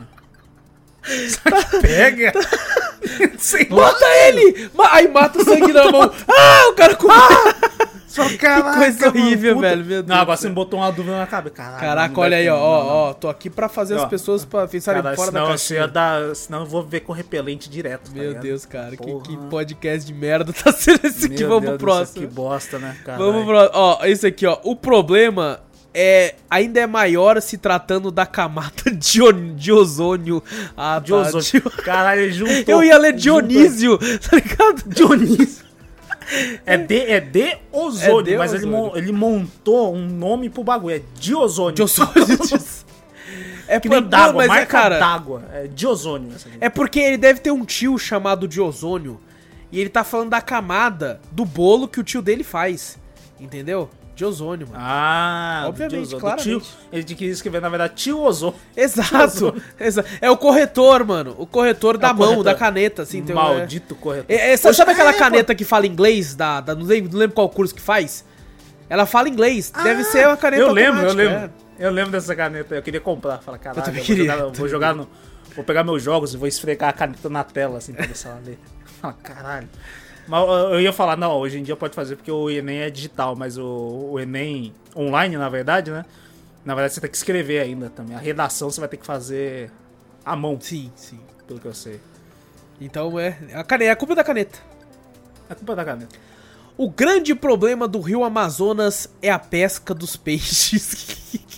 Será que pega? Sei lá. mata ele! Aí mata o sangue na mão. Ah, o cara com... Só caraca, coisa mano, horrível, puta. velho, meu Deus Não, agora do você me botou uma dúvida na cabeça. Caralho, Caraca, não olha deve aí, ter, ó. Tô aqui pra fazer as Ó, pessoas pra pensarem Cara, fora da senão, caixinha. senão eu vou ver com repelente direto. tá Meu ligado? Deus, cara, que Porra. podcast de merda tá sendo esse aqui. Meu Vamos Deus pro do céu, próximo. Que bosta, né, cara? Vamos pro próximo. Ó, esse aqui, ó. O problema ainda é maior se tratando da camada de ozônio. Ah, De ozônio. Caralho, ele juntou. Eu ia ler Dionísio, tá ligado? Dionísio. É de ozônio, É de mas ozônio. ele montou um nome pro bagulho. É de ozônio. De ozônio. É Que nem por- d'água, mas marca d'água. É de ozônio essa aqui. É porque ele deve ter um tio chamado de ozônio. E ele tá falando da camada do bolo que o tio dele faz. Entendeu? De ozônio, mano. Ah, Obviamente, de ozônio. claramente. Do tio, ele quis escrever, na verdade, tio ozônio. Exato. É o corretor, mano. O corretor da o mão, corretor. da caneta, assim. Tem Maldito corretor. sabe aquela pô. caneta que fala inglês? Não lembro qual curso que faz? Ela fala inglês. Deve ser uma caneta Eu lembro. automática, Eu lembro dessa caneta. Eu queria comprar. Falar, caralho, Eu também eu queria. vou jogar no... Vou pegar meus jogos e vou esfregar a caneta na tela, assim, pra ver se ela lê. Fala, caralho. Mas eu ia falar, não, hoje em dia pode fazer porque o Enem é digital, mas o Enem online, na verdade, né? Na verdade você tem que escrever ainda também. A redação você vai ter que fazer à mão, Sim, sim. pelo que eu sei. Então é a culpa da caneta. É culpa da caneta. O grande problema do rio Amazonas é a pesca dos peixes.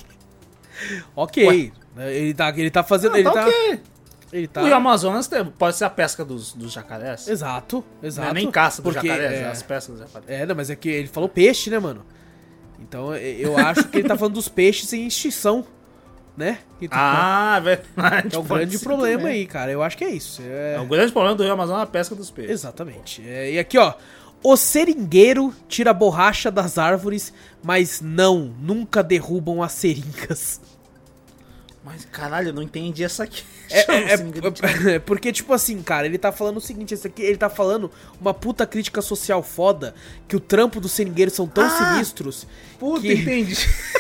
Ok. Ele tá fazendo. Não, ele tá tá. ok. Ele tá. O Rio Amazonas pode ser a pesca dos jacarés. Exato, Não exato. é nem caça dos Porque, jacarés, é é, as pescas dos jacarés. não, mas é que ele falou peixe, né, mano? Então eu acho que ele tá falando dos peixes em extinção, né? Então, Ah, verdade. é o pode grande ser problema também. aí, cara. Eu acho que é isso. É, o grande problema do Rio Amazonas é a pesca dos peixes. Exatamente. E aqui, ó. O seringueiro tira a borracha das árvores, mas nunca derrubam as seringas. Mas, caralho, eu não entendi essa aqui. Porque, tipo assim, cara, ele tá falando o seguinte, esse aqui, ele tá falando uma puta crítica social foda, que o trampo dos seringueiros são tão sinistros Puta, que, entendi.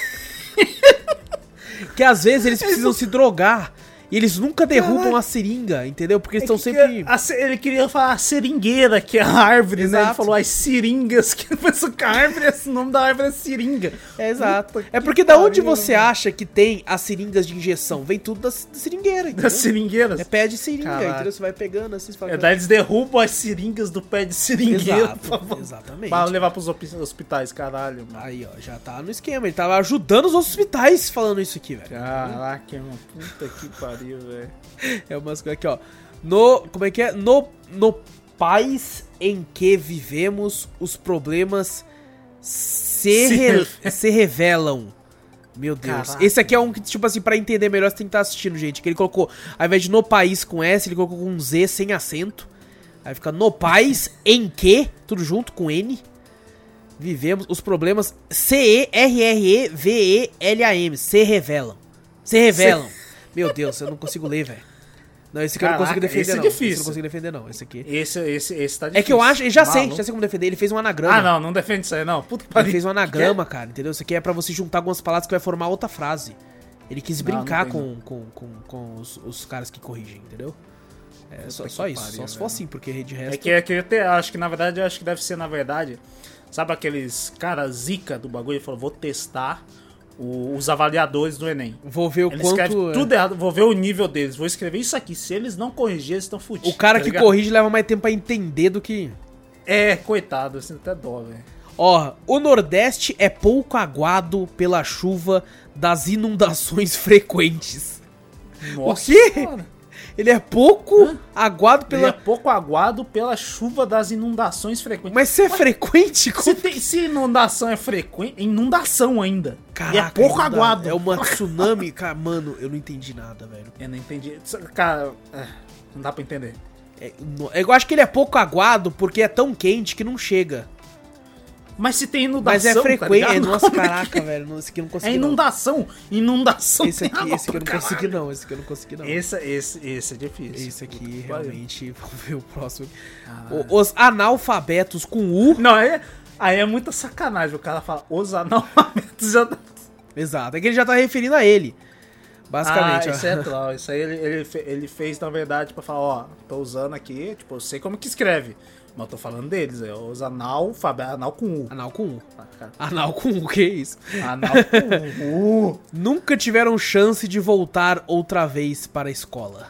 que às vezes eles precisam se drogar e eles nunca derrubam a seringa, entendeu? Porque eles estão sempre... Ele queria falar a seringueira, que é a árvore, né? Ele Exato. falou as seringas, que pensou que a árvore, o nome da árvore é seringa. Exato. Puta É que porque da onde pariu, você acha que tem as seringas de injeção? Vem tudo da seringueira, entendeu? Das seringueiras. É pé de seringa, Caralho. entendeu? Você vai pegando assim, você fala... Daí eles derrubam as seringas do pé de seringueira. Exato, exatamente. Pra levar pros hospitais, caralho, mano. Aí, ó, já tá no esquema. Ele tava ajudando os hospitais falando isso aqui, velho. Caraca, mano. Puta que pariu, velho. É umas coisas aqui, ó. Como é que é? No país em que vivemos, os problemas se revelam. Meu Deus. Caraca. Esse aqui é um que, tipo assim, pra entender melhor, você tem que estar assistindo, gente. Que ele colocou, ao invés de no país com S, ele colocou com um Z sem acento. Aí fica no país em que, tudo junto com N, vivemos os problemas CERREVELAM. Se revelam. Se revelam. Meu Deus, eu não consigo ler, velho. Não, esse aqui eu não consigo Caraca, defender, esse é não. difícil. Esse eu não consigo defender, não. Esse aqui. Esse tá difícil. É que eu acho, já sei Maluco. como defender. Ele fez um anagrama. Ah, não defende isso aí, não. Puta que Ele pariu. fez um anagrama, cara, entendeu? Isso aqui é pra você juntar algumas palavras que vai formar outra frase. Ele quis Não, brincar não com os caras que corrigem, entendeu? É Puta só que isso. pariu, Só se velho. for assim, porque de resto... É que eu acho que na verdade, deve ser na verdade, sabe aqueles caras zica do bagulho? Ele falou, vou testar os avaliadores do Enem. Vou ver o Ele quanto... escreve tudo errado, vou ver o nível deles, vou escrever isso aqui. Se eles não corrigirem, eles estão fudidos. O cara tá que ligado? corrige leva mais tempo pra entender do que... É, coitado, assim, até dó, velho. Ó, o Nordeste é pouco aguado pela chuva das inundações frequentes. Nossa, quê? senhora. Ele é pouco aguado Ele é pela... pouco aguado pela chuva das inundações frequentes. Mas se é frequente... Se inundação é frequente, inundação ainda. Caraca, e é pouco não dá. aguado. É uma tsunami, cara, mano, eu não entendi nada, velho. Eu não entendi. Cara, não dá pra entender. Eu acho que ele é pouco aguado porque é tão quente que não chega. Mas se tem inundação, Mas é frequente. tá ligado? Nossa, Como é que caraca, velho. Esse aqui eu não é consegui. inundação. Inundação. Esse aqui eu não consegui, não. Esse aqui eu não consegui, não. Esse é difícil. Esse aqui Puta que pariu. realmente. Vamos ver o próximo. Os analfabetos com U. Não, aí é muita sacanagem. O cara fala, os analfabetos já. Exato. É que ele já tá referindo a ele. Basicamente, ó. Isso é troll. Isso aí ele fez, na verdade, pra falar, ó, tô usando aqui, tipo, eu sei como que escreve. Mas eu tô falando deles, os analfabetos, anal com U. Anal com U. Ah, cara. Anal com U, que isso? Anal com U. Nunca tiveram chance de voltar outra vez para a escola.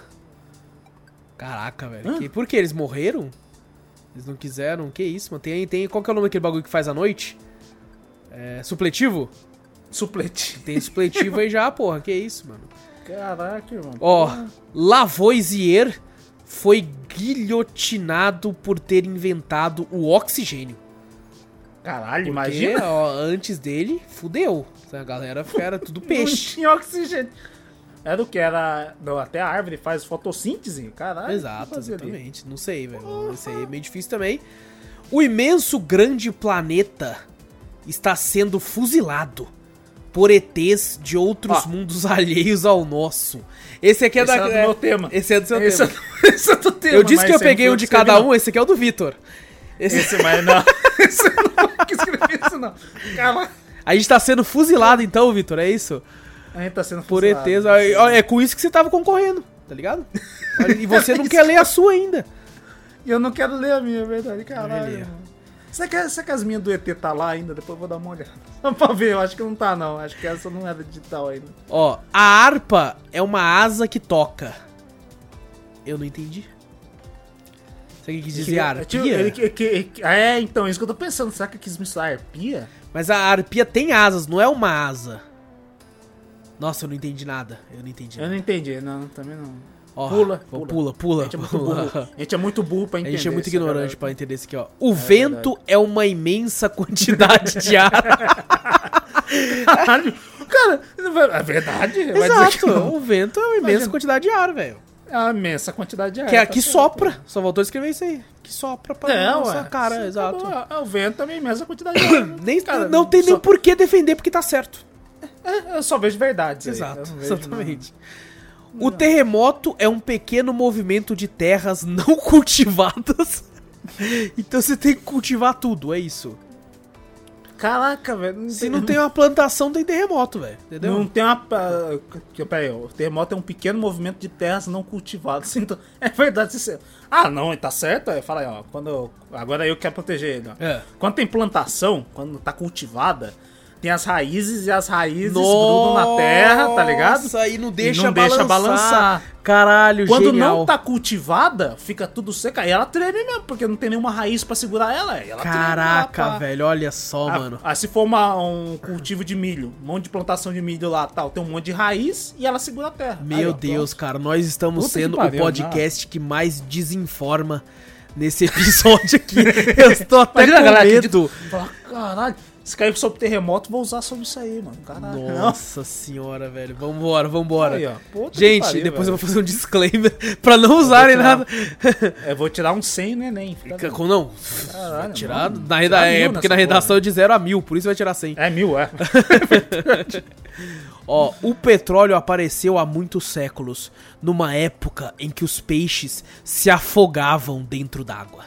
Caraca, velho. Por que? Eles morreram? Eles não quiseram? Que isso, mano? Qual que é o nome daquele bagulho que faz à noite? Supletivo? Supletivo. Tem supletivo aí já, porra. Que isso, mano. Caraca, irmão. Ó, Lavoisier foi guilhotinado por ter inventado o oxigênio. Caralho, Porque, imagina. ó, antes dele, fudeu. A galera era tudo Não peixe. tinha oxigênio. Era o que? Era. Não, até a árvore faz fotossíntese? Caralho. Exato, exatamente. Não sei, velho. Isso aí é meio difícil também. O imenso grande planeta está sendo fuzilado por ETs de outros mundos alheios ao nosso. Esse aqui é Esse é do meu tema. Esse é do seu Esse tema. Esse é do tema. Eu disse mas que eu esse aí peguei não um foi de o que escrevi, cada não. um, esse aqui é o do Vitor. Esse, mas não. Esse eu não que escrevi isso, não. Caralho. A gente tá sendo fuzilado então, Vitor, é isso? A gente tá sendo Por fuzilado. ETs. É com isso que você tava concorrendo, tá ligado? E você não quer ler a sua ainda. E eu não quero ler a minha, é verdade. Caralho. ler. Irmão. Será que as minhas do ET tá lá ainda? Depois eu vou dar uma olhada. Só pra ver, eu acho que não tá, não. Acho que essa não era digital ainda. Ó, a harpa é uma asa que toca. Eu não entendi. Você quis dizer arpia? Então, isso que eu tô pensando. Será que eu quis misturar arpia? Mas a arpia tem asas, não é uma asa. Nossa, eu não entendi nada. Eu não entendi Eu nada. não entendi, não, também não. Ó, Pula. Pula. A gente é muito burro. A gente é muito burro pra A entender. gente é muito essa ignorante galera. pra entender isso aqui, ó. O vento é uma imensa quantidade de ar. Caralho. Cara, é verdade. Vai dizer que Exato, não. o vento é uma imensa Imagina. quantidade de ar, velho. É uma imensa quantidade de ar. Que é tá que certo. sopra. Só voltou a escrever isso aí. Que sopra pra É, nossa ué. cara, Sim, exato. tá bom. O vento é uma imensa quantidade de ar. Nem, Cara, não tem nem só- por que defender, porque tá certo. Eu só vejo verdades aí. Exato, Eu não vejo, exatamente. O terremoto é um pequeno movimento de terras não cultivadas. Então você tem que cultivar tudo, é isso. não. Caraca, velho. Se não tem uma plantação, tem terremoto, velho. Entendeu? Não tem uma. Peraí, o terremoto é um pequeno movimento de terras não cultivadas. Então, é verdade. Não, tá certo? Fala aí, ó. Agora eu quero proteger ele, ó. É. Quando tem plantação, quando tá cultivada, tem as raízes e as raízes grudam na terra, tá ligado? Nossa, e não deixa, E não deixa balançar. Caralho, Quando genial. não tá cultivada, fica tudo seco. Aí ela treme mesmo, porque não tem nenhuma raiz pra segurar ela. Aí ela treme lá, Caraca, pá. velho, olha só, mano. Se for um cultivo de milho, um monte de plantação de milho lá, tal, tem um monte de raiz e ela segura a terra. Meu Aí, ó, Deus, cara, nós estamos Puta que sendo pariu, o podcast que mais desinforma nesse episódio aqui. Eu estou até Imagina a com galera medo. Fala, caralho, se cair sobre terremoto, vou usar sobre isso aí, mano. Caralho. Nossa senhora, velho. Vambora. Aí, ó. Puta que Gente, pariu, depois eu velho. vou fazer um disclaimer pra não usarem tirar. nada. Eu vou tirar um 100 no Enem. fica bem. Como não? Caralho, Tirar, mano. na Tirar mil porque na nessa redação é de 0 a 1000, por isso vai tirar 100. É 1000, é. Ó, o petróleo apareceu há muitos séculos, numa época em que os peixes se afogavam dentro d'água.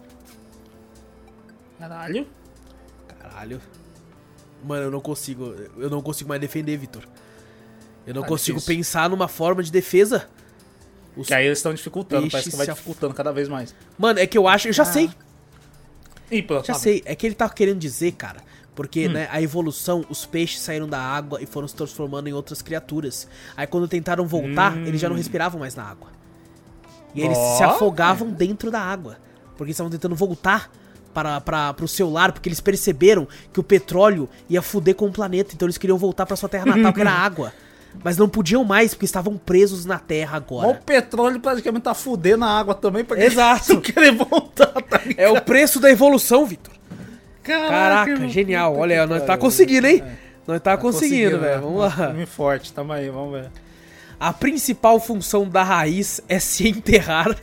Caralho. Caralho. Mano, eu não consigo mais defender, Vitor. Eu não Tá consigo difícil. pensar numa forma de defesa. Os- Que aí eles estão dificultando, parece que vai se dificultando cada vez mais. Mano, é que eu acho, eu já sei, Ih, pronto. já tá sei. É que ele tá querendo dizer, cara, porque, né, a evolução, os peixes saíram da água e foram se transformando em outras criaturas. Aí quando tentaram voltar, eles já não respiravam mais na água. E aí eles se Ó. afogavam dentro da água. Porque eles estavam tentando voltar pro seu lar, porque eles perceberam que o petróleo ia fuder com o planeta. Então eles queriam voltar pra sua terra natal, que era água. Mas não podiam mais, porque estavam presos na terra Ó, o agora. petróleo praticamente tá fudendo a água também pra Exato. não querer voltar, tá ligado? É o preço da evolução, Vitor. Caraca, irmão. genial. Puta Olha, que nós tá pariu. conseguindo, hein? É. Nós tá conseguindo, velho. né? Vamos lá. Time forte, tamo aí, vamos ver. A principal função da raiz é se enterrar.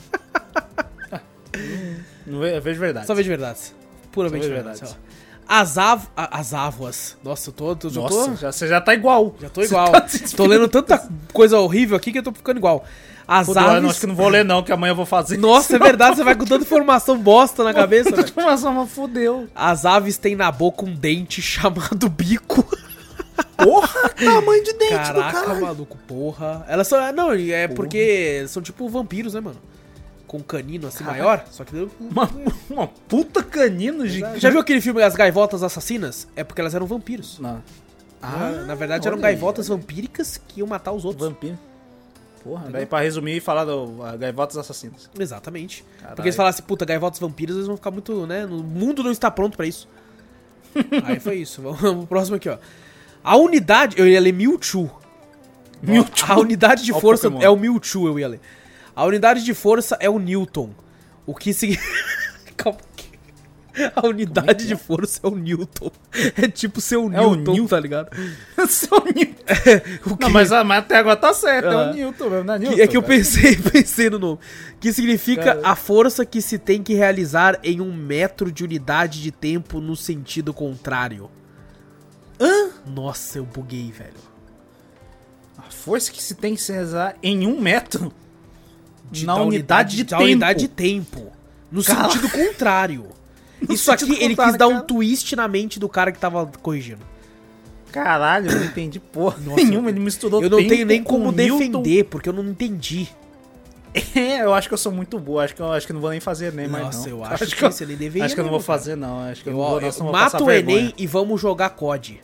Eu vejo verdade. Só vejo verdades. Puramente Só vejo verdades. verdades. Ó. As ávuas. Nossa, Nossa, você já tá igual. já tô igual. Você Tô lendo tanta coisa horrível aqui que eu tô ficando igual. As Puta, eu aves... acho que não vou ler não, que amanhã eu vou fazer. Nossa, é verdade, você vai com tanta informação bosta na cabeça, velho. Informação, fudeu. As aves têm na boca um dente chamado bico. Porra, tamanho de dente do Caraca, cara. maluco, porra. Elas são... Não, é porque são tipo vampiros, né, mano? Com um canino assim maior, só que... Uma puta canino gigante. Já viu aquele filme As Gaivotas Assassinas? É porque elas eram vampiros. Não. Na verdade, eram olha aí. gaivotas vampíricas que iam matar os outros. Vampiro. Porra, daí pra resumir e falar do Gaivotas Assassinos. Exatamente. Caralho. Porque eles falassem, puta, gaivotas vampiras, eles vão ficar muito, né? O mundo não está pronto pra isso. Aí foi isso. Vamos pro próximo aqui, ó. A unidade... Eu ia ler Mewtwo. Mewtwo. A unidade de Ó o força Pokémon. é o Mewtwo, eu ia ler. A unidade de força é o Newton. O que significa... Calma aqui. A unidade de força é o Newton. É tipo seu Newton, Newton. tá ligado? Seu Newton. O que... Não, mas até agora tá certo, é Ah. o Newton mesmo, não é que- Newton? é que eu cara? pensei no nome. Que significa Cara. a força que se tem que realizar em 1 metro de unidade de tempo no sentido contrário. Hã? Nossa, eu buguei, velho. A força que se tem que se realizar em 1 metro na Da unidade de da tempo. unidade de tempo. No Caralho. sentido contrário. No Isso aqui, sentido ele quis contrário, dar um cara. twist na mente do cara que tava corrigindo. Caralho, eu não entendi porra Nossa, nenhuma, ele misturou Eu não tempo tenho nem com como Newton. defender, porque eu não entendi. É, eu acho que eu sou muito boa, acho que eu não vou nem fazer Enem mais Nossa, não. eu acho que eu- você nem deveria. Acho que eu não vou mesmo, cara. fazer não, acho que eu Eu, não vou, eu nossa, não vou mato passar o vergonha. Enem e vamos jogar COD.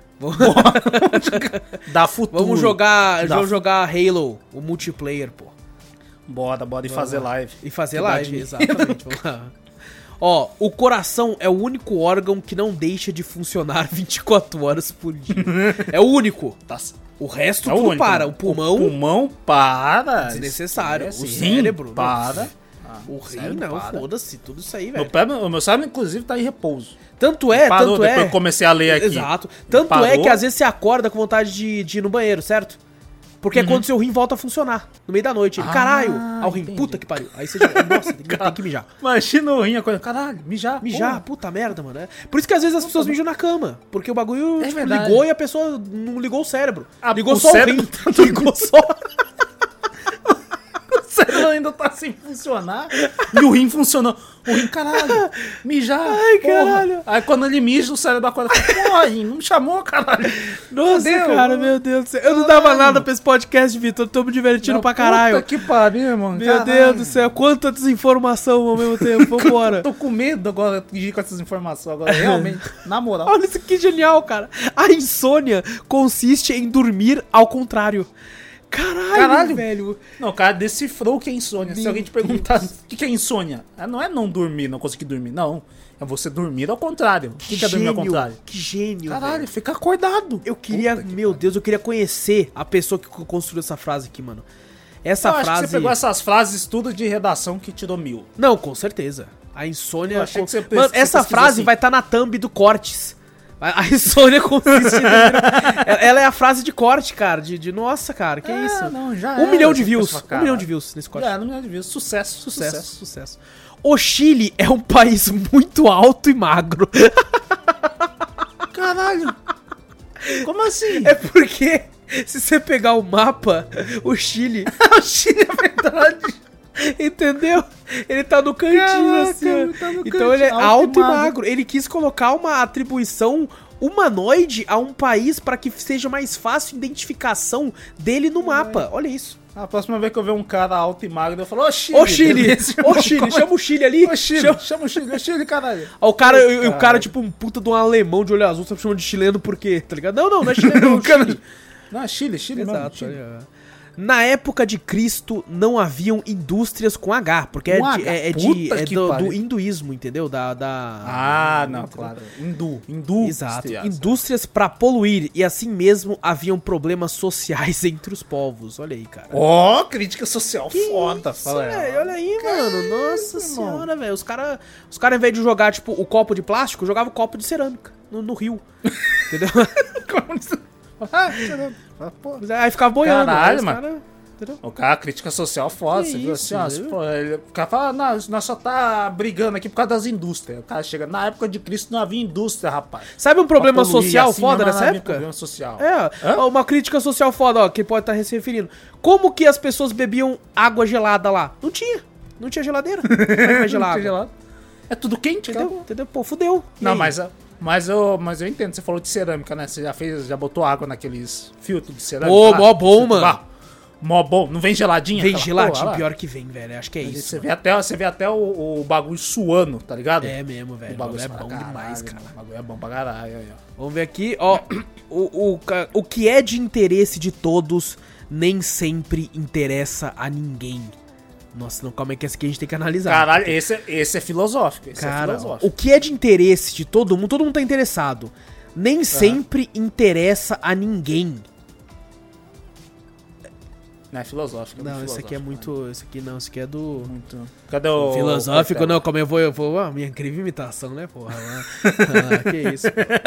Dá futuro. Vamos jogar Dá Halo, o multiplayer, pô. Bora e fazer live. E fazer Que live, dá de- exatamente. Vamos lá. Ó, o coração é o único órgão que não deixa de funcionar 24 horas por dia. É o único. Tá. O resto É o tudo único. para. O pulmão, O pulmão para. desnecessário. Esquece. O cérebro, Rim, não. para. o rim cérebro, não, para. foda-se, tudo isso aí, Meu, velho. meu cérebro, inclusive, tá em repouso. Tanto é, Parou tanto depois é. que eu comecei a ler aqui. Exato. Tanto Parou. é que às vezes você acorda com vontade de ir no banheiro, certo? Porque é quando seu rim volta a funcionar. No meio da noite. Ele, caralho, ao rim, entendi. puta que pariu. Aí você já, nossa, tem que mijar. Imagina o rim, a coisa. Caralho, mijar. Mijar, porra. puta merda, mano. É. Por isso que às vezes as pessoas mijam na cama. Porque o bagulho É tipo, verdade. ligou e a pessoa não ligou o cérebro. Ah, ligou o só cérebro o rim. Ligou só. O cérebro ainda tá sem funcionar. E o rim funcionou. O rim, caralho, mijar. Ai, porra. caralho. Aí quando ele mija, o cérebro acorda e fala, porra, rim, não me chamou, caralho. Nossa, Cadê, cara, mano? meu Deus do céu. Eu não dava nada pra esse podcast, Vitor. Eu tô me divertindo Não, pra caralho. Puta que pariu, mano. Meu caralho. Deus do céu, quanta desinformação ao mesmo tempo. Vambora. Tô com medo agora de ir com essas informações agora, realmente, na moral. Olha isso que genial, cara. A insônia consiste em dormir ao contrário. Caralho, velho. Não, o cara decifrou o que é insônia. Se Meu alguém te perguntar o que é insônia, não é não dormir, não conseguir dormir, não. É você dormir ao contrário. O que é dormir ao contrário? Que gênio, Caralho, velho. fica acordado. Eu queria, Puta que meu Deus, eu queria conhecer a pessoa que construiu essa frase aqui, mano. Essa Eu acho frase... que você pegou essas frases tudo de redação que tirou 1000. Não, com certeza. A insônia... Eu achei que você Mano, você essa pesquisou frase assim. vai estar na thumb do Cortes. A insônia consiste em... Ela é a frase de corte, cara. De nossa, cara, que isso? Não, já 1 milhão de essa views. pessoa, 1 cara. milhão de views nesse corte. Já, 1 milhão de views. Sucesso. Sucesso. O Chile é um país muito alto e magro. Caralho. Como assim? É porque, se você pegar o mapa, o Chile... O Chile é verdade. Entendeu? Ele tá no cantinho, Caraca, assim, ó. ele tá no Então ele é cantinho, alto e magro. Ele quis colocar uma atribuição humanoide a um país pra que seja mais fácil a identificação dele no mapa. Olha isso. A próxima vez que eu ver um cara alto e magro, eu falo, ô Chile. Ô Chile! beleza, Ô irmão? Chile! Chama o Chile ali! Ô Chile, Chama... chama o Chile, ô Chile, caralho. Ó, o cara, o cara, Caralho. tipo, um puta de um alemão de olho azul, você tá chamando de chileno por quê? Tá ligado? Não, não é chileno, não, O cara- Chile. Não, é Chile mesmo, Exato. Chile. Na época de Cristo, não haviam indústrias com H, porque Com H? Puta que do pariu. hinduísmo, entendeu? Ah, não, claro. Hindu. Exato. Indústrias pra poluir, e assim mesmo haviam problemas sociais entre os povos. Olha aí, cara. Ó, crítica social Que foda, isso, fala velho, ela. olha aí, mano. Nossa isso, senhora, velho. Os caras, ao invés de jogar, tipo, o copo de plástico, jogavam o copo de cerâmica no rio. Entendeu? Ah, tirando. Ah, pô. Aí ficava boiando. Caralho, aí os mano. cara- entendeu? O cara, crítica social foda, Que você viu isso, assim, ó, viu? pô, o cara fala, não, nós só tá brigando aqui por causa das indústrias. O cara chega, na época de Cristo não havia indústria, rapaz. Sabe um problema Pra poluir, social assim, foda não nessa havia época? Problema social. É, Hã? ó, uma crítica social foda, ó, que pode estar se referindo. Como que as pessoas bebiam água gelada lá? Não tinha. Não tinha geladeira. Como é que vai gelar Não água? tinha gelado. É tudo quente, Entendeu? cara. Entendeu? Pô, fudeu. E Não, aí? mas eu entendo. Você falou de cerâmica, né? Você já botou água naqueles filtros de cerâmica. Pô, lá? mó bom, Filtro- mano. Ah, mó bom. Não vem geladinha? Vem aquela geladinho, porra lá? pior que vem, velho. Acho que é isso. Você vê até o bagulho suando, tá ligado? É mesmo, velho. O bagulho é fala, bom "Caralho, demais, cara. mano, O bagulho é bom pra caralho. Aí, ó. Vamos ver aqui, ó. O que é de interesse de todos nem sempre interessa a ninguém. Nossa, não, calma aí que esse aqui a gente tem que analisar. Caralho, esse é filosófico. Esse é Cara, filosófico. o que é de interesse de todo mundo tá interessado. nem sempre interessa a ninguém. Não, é filosófico. Não, esse aqui é muito... Esse aqui não, esse aqui é do... Muito. Cadê o... Filosófico, não, como eu vou... minha incrível imitação, né, porra? Que isso,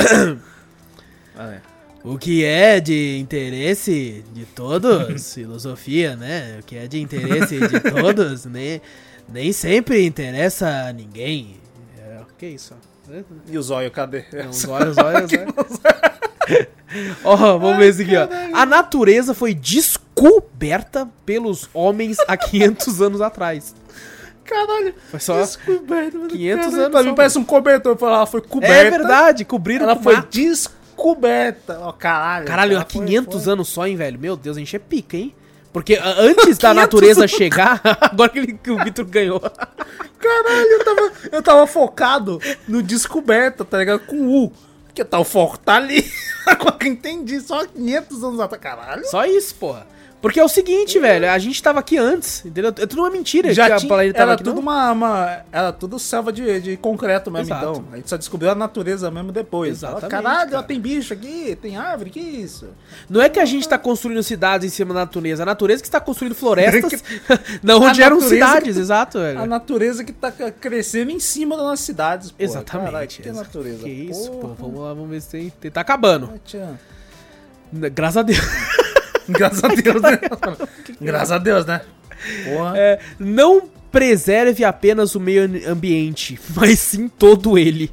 O que é de interesse de todos, filosofia, né? O que é de interesse de todos, né? Nem sempre interessa a ninguém. Que isso, E o zóio, cadê? Zóio. Ó, vamos ver esse aqui, ó. A natureza foi descoberta pelos homens há 500 anos atrás. Caralho. Foi só 500 anos. Pra mim parece um cobertor. Ela foi coberta. É verdade, cobriram Ela com foi mato. descoberta. Ó, caralho. Caralho, há 500 anos só, hein, velho? Meu Deus, a gente é pica, hein? Porque antes da natureza chegar, agora que o Vitor ganhou. Caralho, eu tava focado no descoberta, tá ligado? Com U. Porque o foco tá ali. Agora que eu entendi, só 500 anos atrás. Caralho. Só isso, porra. Porque é o seguinte, velho, a gente tava aqui antes, entendeu? É tudo uma mentira. Já que tinha, a planeta tava era aqui, tudo não. era tudo selva de concreto mesmo, Exato. então. A gente só descobriu a natureza mesmo depois. Exatamente, Caralho, cara. tem bicho aqui, tem árvore, que isso? Não é que a gente tá construindo cidades em cima da natureza, a natureza que está construindo florestas, não onde A eram natureza cidades, que- exato, A velho. natureza que tá crescendo em cima das nossas cidades, pô. Exatamente. Caralho, que é natureza? Que isso, pô, Porra. vamos lá, vamos ver se tem. Tá acabando. Ai, tchan. Graças a Deus. Graças a Deus, né? Graças a Deus, né? Porra. Não preserve apenas o meio ambiente, mas sim todo ele.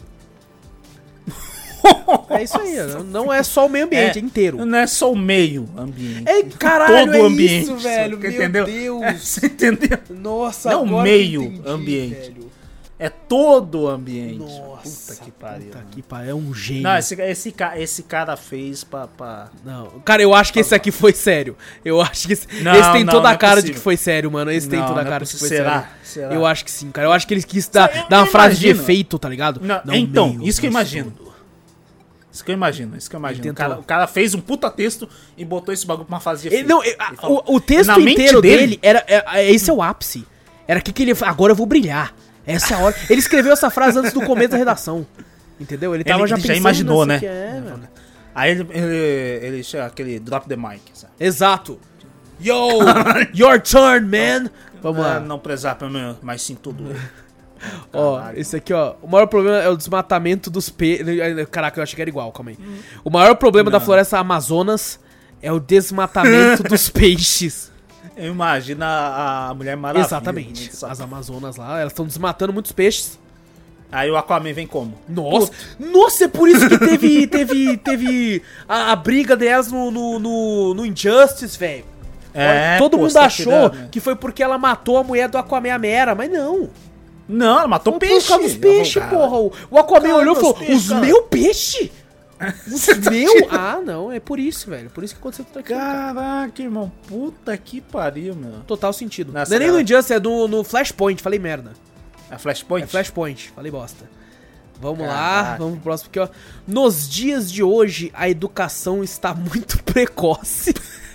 É isso aí, não é só o meio ambiente, é inteiro. Não é só o meio ambiente. É, caralho, todo é o ambiente. isso, velho, meu entendeu? Deus. Você entendeu? Nossa, Não agora meio que eu entendi, ambiente. velho. É todo o ambiente. Nossa, Puta que pariu. Puta que pariu, é um gênio. Não, esse cara fez pra... Não, cara, eu acho que esse aqui foi sério. Eu acho que esse Não, tem não, toda não a é cara de possível. que foi sério, mano. Esse tem Não, toda a não é cara de que foi possível. sério. Será? Eu acho que sim, cara. Eu acho que eles quis dar uma eu frase de imagino. efeito, tá ligado? Não, então, meio, isso que eu mas imagino. tudo. Isso que eu imagino. Ele tentou. O cara fez um puta texto e botou esse bagulho pra uma fase de Ele, efeito. não, Ele falou, o texto na mente inteiro dele era esse é o ápice. Era que ele agora eu vou brilhar. Essa é a hora. Ele escreveu essa frase antes do começo da redação. Entendeu? Ele tava Ele já já pensando imaginou, nisso né? aqui, é, mano. Aí ele chega aquele drop the mic. Sabe? Exato. Yo, your turn, man. Vamos lá. Não prezar pra mim, mas sim tudo. Ó, Caralho. esse aqui, ó. O maior problema é o desmatamento dos peixes. Caraca, eu achei que era igual, calma aí. O maior problema da floresta Amazonas é o desmatamento dos peixes. Eu imagino a Mulher Maravilha. Exatamente. Sabe? As Amazonas lá, elas estão desmatando muitos peixes. Aí o Aquaman vem como? Nossa, nossa, é por isso que teve a briga delas no Injustice, velho. Todo mundo achou que foi porque ela matou a mulher do Aquaman, a Mera, mas não. Não, ela matou Foi peixe. por causa dos peixes, porra. O Aquaman olhou e falou, os meus peixes? Os meus? Ah, não, é por isso, velho. Por isso que aconteceu tudo aquilo. Caraca, irmão. Puta que pariu, meu. Total sentido. Nossa, Não é nem no cara. Injustice, é no Flashpoint, falei merda. É Flashpoint? É Flashpoint, falei bosta. Vamos lá, Caraca. vamos pro próximo aqui, ó. Nos dias de hoje, a educação está muito precoce.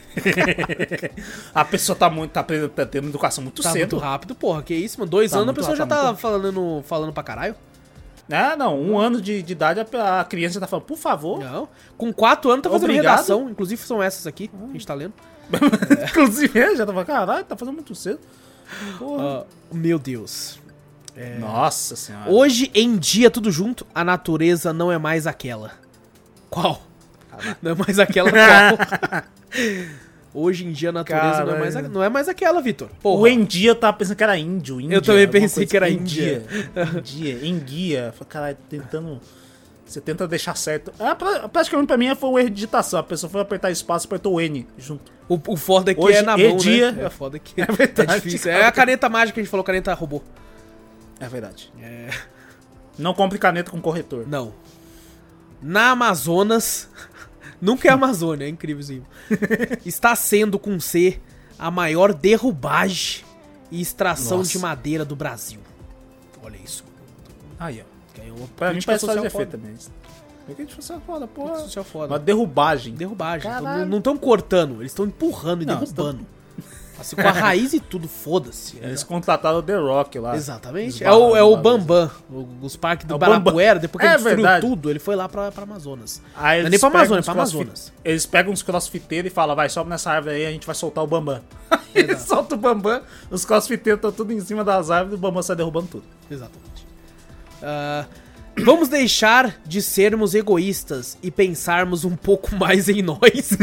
A pessoa tá tendo educação muito Tá cedo. muito rápido, porra. Que isso, mano? 2 Tá anos a muito pessoa já rápido, tá muito falando pra caralho. Não, 1 ano de idade a criança tá falando, por favor. Não. Com 4 anos tá fazendo Obrigado. redação. Inclusive são essas aqui que a gente tá lendo. Inclusive, já tava, caralho, tá fazendo muito cedo. Porra. Ó, meu Deus. Nossa senhora. Hoje em dia, tudo junto, a natureza não é mais aquela. Qual? Não é mais aquela qual? Hoje em dia a natureza não é mais aquela, Vitor. O Endia eu tava pensando que era índio. Índia, Eu também alguma pensei coisa. que era Índia. Enguia. Falei, caralho, tentando... Você tenta deixar certo. Praticamente pra mim foi um erro de digitação. A pessoa foi apertar espaço, apertou o N junto. O foda é que Hoje, é na mão, dia, né? É foda que é verdade, difícil. cara. É a caneta mágica que a gente falou, caneta robô. É verdade. Não compre caneta com corretor. Não. Na Amazonas... Nunca é Amazônia, é incrívelzinho. Está sendo com C a maior derrubagem e extração Nossa. de madeira do Brasil. Olha isso. Aí, ó. Ganhou uma Pra mim crítica parece fazer social efeito foda. também. Porque social foda, porra. Crítica social foda. Uma derrubagem. Derrubagem. Caralho. Não estão cortando, eles estão empurrando e Não, derrubando. Assim, com a raiz e tudo, foda-se. Eles contrataram o The Rock lá. Exatamente. É o Bambam. Os parques do Barapuera, depois que ele destruiu tudo, ele foi lá pra Amazonas. Aí não é nem pra Amazônia, é pra Amazonas. Eles pegam uns crossfiteiros e falam, vai, sobe nessa árvore aí, a gente vai soltar o Bambam. Aí eles soltam o Bambam, os crossfiteiros estão tudo em cima das árvores e o Bambam sai derrubando tudo. Exatamente. Vamos deixar de sermos egoístas e pensarmos um pouco mais em nós.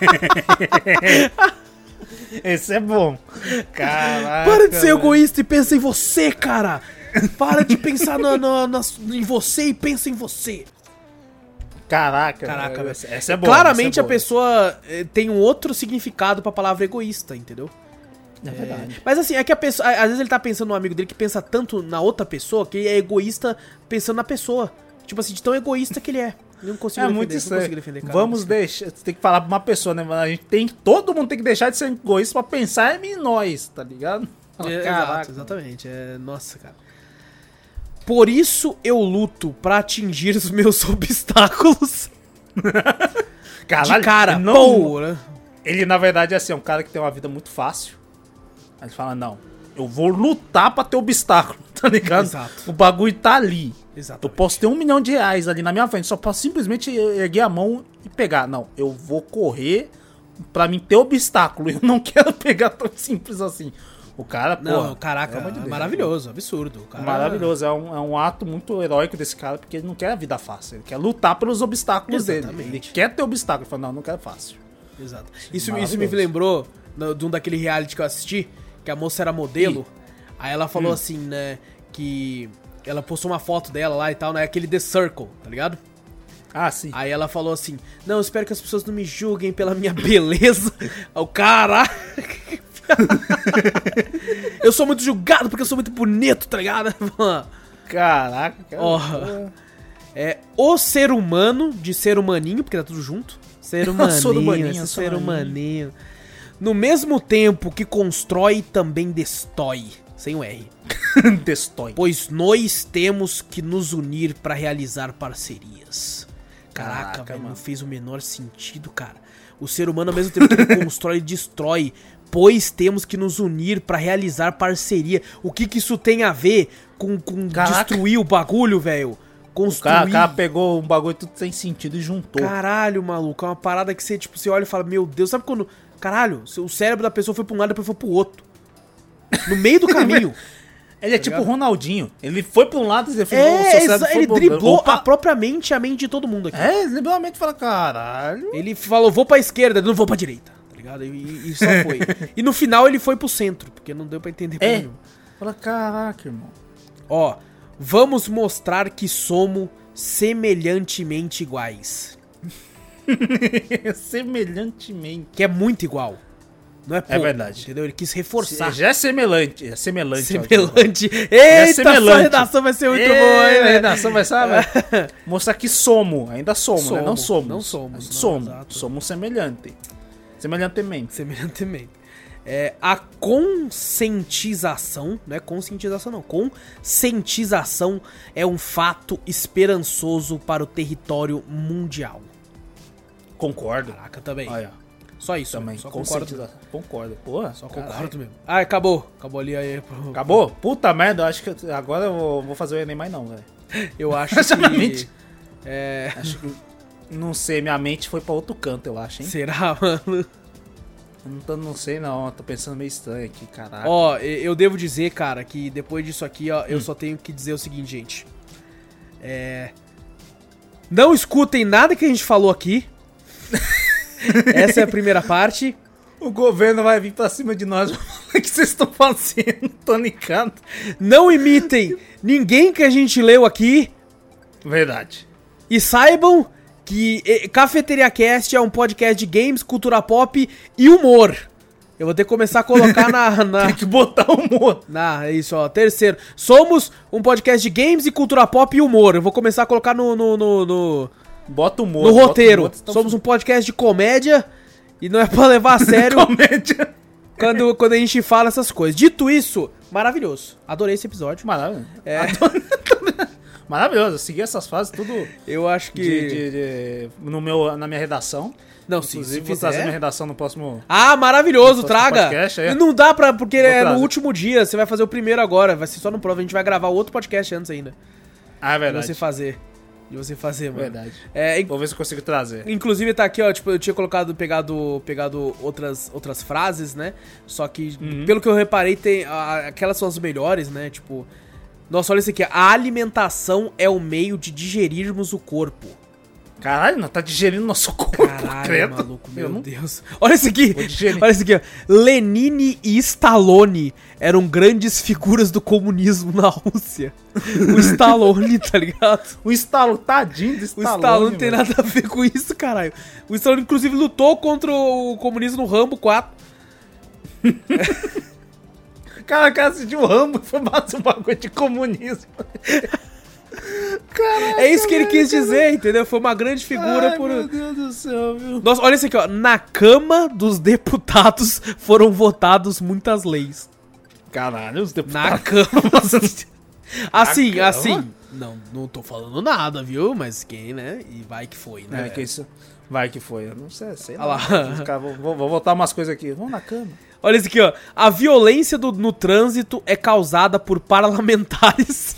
Esse é bom. Caraca. Para de ser egoísta e pensa em você, cara. Para de pensar em você e pensa em você. Caraca, velho. Essa é boa. Claramente a pessoa tem um outro significado pra palavra egoísta, entendeu? É verdade. Mas assim, é que a pessoa, às vezes ele tá pensando no amigo dele que pensa tanto na outra pessoa que ele é egoísta pensando na pessoa. Tipo assim, de tão egoísta que ele é. Eu não consigo defender, muito não consigo defender, cara. Vamos deixar. Você tem que falar pra uma pessoa, né? Todo mundo tem que deixar de ser egoísta pra pensar em nós, tá ligado? Exato, exatamente. Nossa, cara. Por isso eu luto pra atingir os meus obstáculos. Caralho, de cara, né? Ele, na verdade, é assim, é um cara que tem uma vida muito fácil. Aí ele fala, não, eu vou lutar pra ter obstáculo, tá ligado? Exato. O bagulho tá ali. Exatamente. Eu posso ter R$1 milhão ali na minha frente, só posso simplesmente erguer a mão e pegar. Não, eu vou correr pra mim ter obstáculo. Eu não quero pegar tão simples assim. O cara, pô. Não, caraca, é maravilhoso, absurdo. O cara maravilhoso, é um ato muito heróico desse cara, porque ele não quer a vida fácil. Ele quer lutar pelos obstáculos dele. Ele quer ter obstáculo. Ele fala, não quero fácil. Exato. Isso me lembrou de um daquele reality que eu assisti, que a moça era modelo. Aí ela falou assim, né, que ela postou uma foto dela lá e tal, né, aquele The Circle, tá ligado? Ah, sim. Aí ela falou assim, não, eu espero que as pessoas não me julguem pela minha beleza. O caralho. Eu sou muito julgado porque eu sou muito bonito, tá ligado? Caraca, cara. O ser humano, de ser humaninho, porque tá tudo junto. Ser humaninho. No mesmo tempo que constrói, também destrói. Sem o R. Destrói. Pois nós temos que nos unir pra realizar parcerias. Caraca, velho, não fez o menor sentido, cara. O ser humano, ao mesmo tempo que ele constrói, ele destrói. Pois temos que nos unir pra realizar parceria. O que isso tem a ver com destruir o bagulho, velho? Construir. O cara pegou um bagulho tudo sem sentido e juntou. Caralho, maluco. É uma parada que você, tipo, você olha e fala, meu Deus, sabe quando... Caralho, o cérebro da pessoa foi pra um lado e depois foi pro outro. No meio do caminho. Ele é tipo o Ronaldinho. Ele foi pra um lado e ele driblou propriamente a mente de todo mundo aqui. Ele driblou a mente e fala, caralho. Ele falou, vou pra esquerda, não vou pra direita. Tá ligado? E só foi. E no final ele foi pro centro, porque não deu pra entender por nenhum. Fala, caraca, irmão. Ó, vamos mostrar que somos semelhantemente iguais. Semelhantemente. Que é muito igual. Não é pouco, é verdade. Entendeu? Ele quis reforçar. Já é semelhante. É semelhante. Semelhante. Eita, essa redação vai ser muito boa, hein, velho? A redação vai ser... Mostrar que somos. Ainda somos, né? Não somos. Não somos. Somos semelhante. Semelhantemente. A conscientização, não é conscientização não, conscientização é um fato esperançoso para o território mundial. Concordo. Caraca, também. Olha. Só isso, também. Só concordo. Porra, só concordo mesmo. Ah, acabou. Acabou ali aí. Acabou? Puta merda, eu acho que agora eu vou fazer o Enem mais não, velho. Eu acho que... Acho que... Não sei, minha mente foi pra outro canto, eu acho, hein? Será, mano? Não sei não, tô pensando meio estranho aqui, caraca. Ó, eu devo dizer, cara, que depois disso aqui, ó, eu só tenho que dizer o seguinte, gente. Não escutem nada que a gente falou aqui. Essa é a primeira parte. O governo vai vir pra cima de nós. O que vocês estão fazendo? Tô ligado. Não imitem ninguém que a gente leu aqui. Verdade. E saibam que Cafeteria Cast é um podcast de games, cultura pop e humor. Eu vou ter que começar a colocar na... Tem que botar humor. É isso, ó. Terceiro. Somos um podcast de games e cultura pop e humor. Eu vou começar a colocar Bota humor. No roteiro. Somos um podcast de comédia e não é pra levar a sério comédia. Quando a gente fala essas coisas. Dito isso, maravilhoso. Adorei esse episódio. Maravilhoso. Maravilhoso, eu segui essas frases tudo Eu acho que... na minha redação. Não, Inclusive, se vou fizer... trazer minha redação no próximo... Ah, maravilhoso, no próximo traga! podcast, é. Não dá pra... Porque é no trazer. último dia, você vai fazer o primeiro agora, vai ser só no prova, a gente vai gravar outro podcast antes ainda. Ah, é De verdade. você fazer. Mano. Verdade. É, Vou ver se eu consigo trazer. inclusive tá aqui, ó, tipo, eu tinha pegado outras frases, né? Só que, pelo que eu reparei, aquelas são as melhores, né? Tipo, nossa, olha isso aqui, a alimentação é o meio de digerirmos o corpo. Caralho, não tá digerindo nosso corpo, Caralho, credo. maluco, Eu meu não- Deus. Olha isso aqui, Vou digerir. olha isso aqui, ó. Lenine e Stallone eram grandes figuras do comunismo na Rússia. O Stallone, tá ligado? O Stallone, tadinho do O Stallone. Stallone não tem mano. nada a ver com isso, caralho. O Stallone, inclusive, lutou contra o comunismo no Rambo 4. Cara assistiu o Rambo e foi mais um bagulho de comunismo. Caraca, É isso que ele quis velho, dizer, entendeu? Foi uma grande figura Ai, por... meu Deus do céu, viu? Nossa, olha isso aqui, ó. Na Câmara dos Deputados foram votadas muitas leis. Caralho, os Na deputados. Câmara. Assim, Câmara? assim. Não tô falando nada, viu? Mas quem, né? E vai que foi, né? É, que isso vai que foi, eu não sei Olha lá. Os caras vou botar umas coisas aqui. Vamos na cama. Olha isso aqui, ó. A violência no trânsito é causada por parlamentares.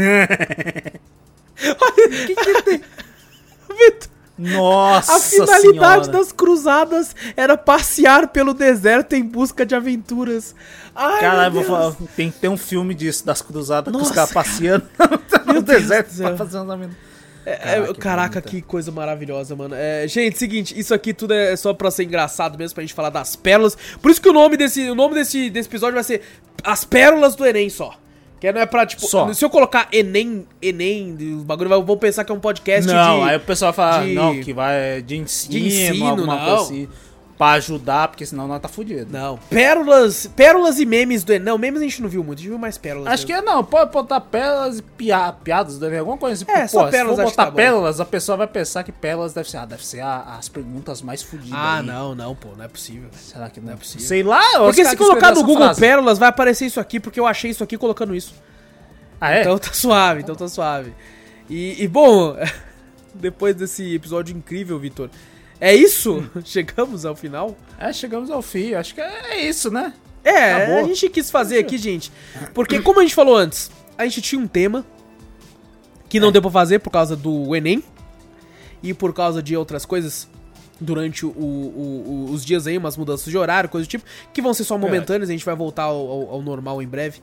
Olha, o que tem? Vitor, Nossa a finalidade senhora. das cruzadas era passear pelo deserto em busca de aventuras. Ai, Caralho, meu vou falar, Deus. tem que ter um filme disso, das cruzadas, com os Nossa, caras passeando no Meu Deus deserto do céu. pra fazer umas aventuras. Caraca, bonita. que coisa maravilhosa, mano. Gente, seguinte, isso aqui tudo é só pra ser engraçado mesmo, pra gente falar das pérolas. Por isso que o nome desse episódio vai ser As Pérolas do Enem só. Que não é pra, tipo, Só. se eu colocar Enem, os bagulho, vão pensar que é um podcast Não, aí o pessoal vai falar, de- não, que vai de ensino, alguma não. coisa assim, pra ajudar, porque senão nós tá fudido. Não, pérolas e memes do Enem. Não, memes a gente não viu muito, a gente viu mais pérolas. Acho que não, pode botar pérolas e piadas, deve alguma coisa assim. É, só pérolas se for acho que botar tá bom. pérolas, a pessoa vai pensar que pérolas deve ser as perguntas mais fudidas. aí. não, pô, não é possível. Será que não é possível. Sei lá, Porque os se caras que colocar no escreveram essa Google frase. pérolas, vai aparecer isso aqui, porque eu achei isso aqui colocando isso. Ah, é? Então tá suave. E bom, depois desse episódio incrível, Vitor, é isso? Chegamos ao final? Chegamos ao fim, acho que é isso, né? É, Acabou. a gente quis fazer aqui, gente, porque como a gente falou antes, a gente tinha um tema que não deu pra fazer por causa do Enem e por causa de outras coisas durante os dias aí, umas mudanças de horário, coisa do tipo, que vão ser só momentâneas, a gente vai voltar ao normal em breve.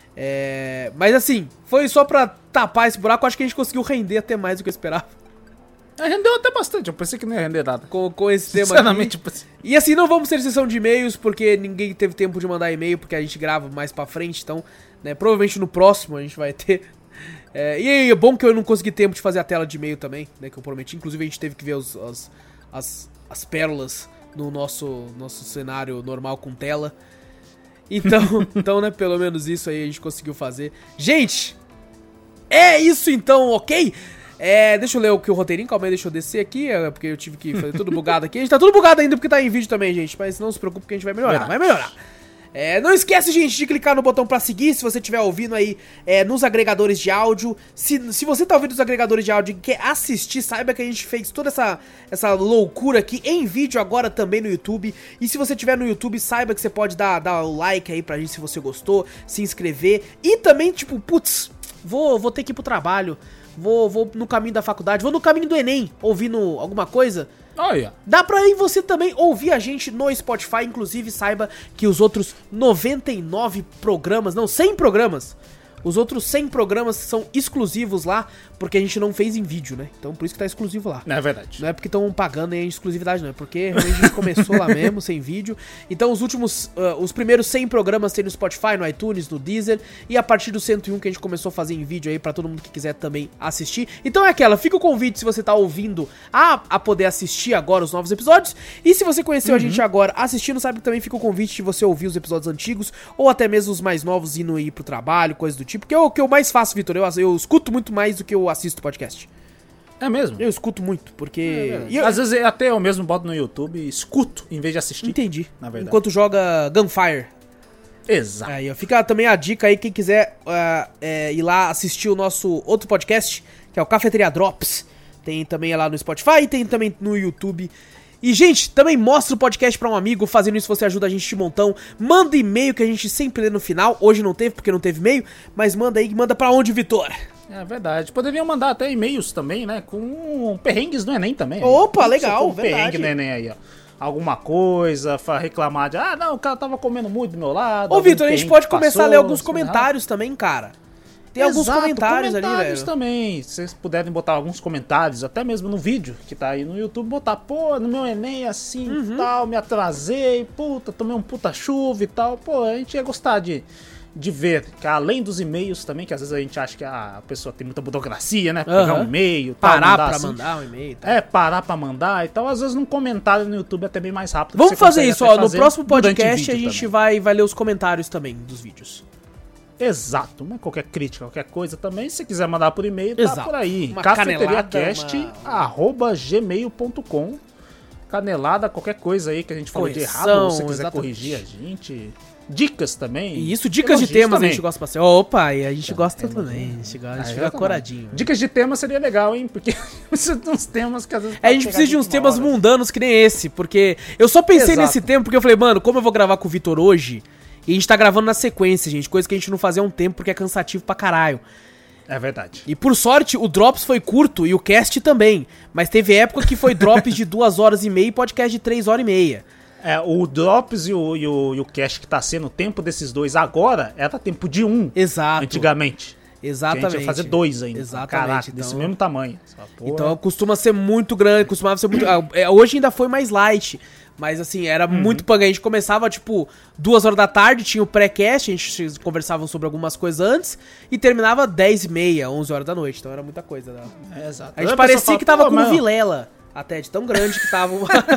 Mas assim, foi só pra tapar esse buraco, acho que a gente conseguiu render até mais do que eu esperava Rendeu até bastante, eu pensei que não ia render nada. com esse tema Sinceramente, aqui. tipo assim. E assim, não vamos ter sessão de e-mails, porque ninguém teve tempo de mandar e-mail, porque a gente grava mais pra frente, então, né, provavelmente no próximo a gente vai ter. E aí, é bom que eu não consegui tempo de fazer a tela de e-mail também, né, que eu prometi. Inclusive a gente teve que ver as pérolas no nosso cenário normal com tela. Então, né, pelo menos isso aí a gente conseguiu fazer. Gente, é isso então, ok? Deixa eu ler o roteirinho, calma aí, deixa eu descer aqui, porque eu tive que fazer tudo bugado aqui. A gente tá tudo bugado ainda porque tá em vídeo também, gente, mas não se preocupe que a gente vai melhorar, vai melhorar. Não esquece, gente, de clicar no botão pra seguir se você estiver ouvindo aí nos agregadores de áudio. Se você tá ouvindo nos agregadores de áudio e quer assistir, saiba que a gente fez toda essa loucura aqui em vídeo agora também no YouTube. E se você estiver no YouTube, saiba que você pode dar o like aí pra gente se você gostou, se inscrever. E também, tipo, putz, vou ter que ir pro trabalho, vou no caminho da faculdade, vou no caminho do Enem, ouvindo alguma coisa. Olha. Dá pra aí você também ouvir a gente no Spotify, inclusive saiba que os outros 99 programas, não, 100 programas, os outros 100 programas são exclusivos lá, porque a gente não fez em vídeo, né? Então por isso que tá exclusivo lá. É verdade. Não é porque estão pagando em exclusividade, não. É porque realmente a gente começou lá mesmo, sem vídeo. Então os primeiros 100 programas tem no Spotify, no iTunes, no Deezer. E a partir do 101 que a gente começou a fazer em vídeo aí pra todo mundo que quiser também assistir. Então fica o convite se você tá ouvindo a poder assistir agora os novos episódios. E se você conheceu a gente agora assistindo, sabe que também fica o convite de você ouvir os episódios antigos. Ou até mesmo os mais novos indo ir pro trabalho, coisa do tipo. Que é o que eu mais faço, Vitor. Eu escuto muito mais do que eu assisto podcast. É mesmo? Eu escuto muito, porque... Às vezes até eu mesmo boto no YouTube e escuto, em vez de assistir. Entendi. Na verdade. Enquanto joga Gunfire. Exato. Aí, ó, fica também a dica aí, quem quiser ir lá assistir o nosso outro podcast, que é o Cafeteria Drops. Tem também lá no Spotify, tem também no YouTube. E, gente, também mostra o podcast pra um amigo. Fazendo isso você ajuda a gente de montão. Manda e-mail que a gente sempre lê no final. Hoje não teve, porque não teve e-mail. Mas manda aí, manda pra onde, Vitor? É verdade. Poderiam mandar até e-mails também, né? Com perrengues do Enem também. Opa, legal, verdade. Perrengue verdade. do Enem aí, ó. Alguma coisa, reclamar de... Ah, não, o cara tava comendo muito do meu lado. Ô, Vitor, a gente pode começar a ler alguns assim, comentários também, cara. Tem alguns comentários ali, velho. Também, se vocês puderem botar alguns comentários, até mesmo no vídeo que tá aí no YouTube, botar, pô, no meu Enem assim e tal, me atrasei, puta, tomei um puta chuva e tal. Pô, a gente ia gostar de ver, que além dos e-mails também, que às vezes a gente acha que a pessoa tem muita burocracia, né? Pegar um e-mail, parar pra mandar um e-mail. Tá? Parar pra mandar e tal. Às vezes num comentário no YouTube é até bem mais rápido. Vamos fazer isso, ó. No próximo podcast a gente vai ler os comentários também dos vídeos. Exato, mas qualquer crítica, qualquer coisa também, se quiser mandar por e-mail, tá por aí. cafeteriacast@gmail.com. Canelada, qualquer coisa aí que a gente falou de errado, se você quiser corrigir a gente. Dicas também. E isso, dicas de temas também. A gente gosta bastante. Opa, e a gente gosta também. A gente fica coradinho. Dicas de temas seria legal, hein? Porque precisa de uns temas que às vezes... A gente precisa de uns temas mundanos que nem esse, porque eu só pensei nesse tema porque eu falei, mano, como eu vou gravar com o Vitor hoje... E a gente tá gravando na sequência, gente. Coisa que a gente não fazia há um tempo porque é cansativo pra caralho. É verdade. E por sorte, o Drops foi curto e o cast também. Mas teve época que foi Drops de 2 horas e meia e podcast de 3 horas e meia. O Drops e o cast que tá sendo o tempo desses dois agora era tempo de 1. Exato. Antigamente. Exatamente. A gente ia fazer 2 ainda. Exatamente. Caraca, então... desse mesmo tamanho. Então costuma ser muito grande, costumava ser muito... Hoje ainda foi mais light. Mas assim, era muito punk. A gente começava, tipo, 2 horas da tarde, tinha o pré-cast, a gente conversava sobre algumas coisas antes, e terminava 10h30, 11 horas da noite. Então era muita coisa, né? Exato. A gente parecia que tava com o Vilela, até de tão grande que tava.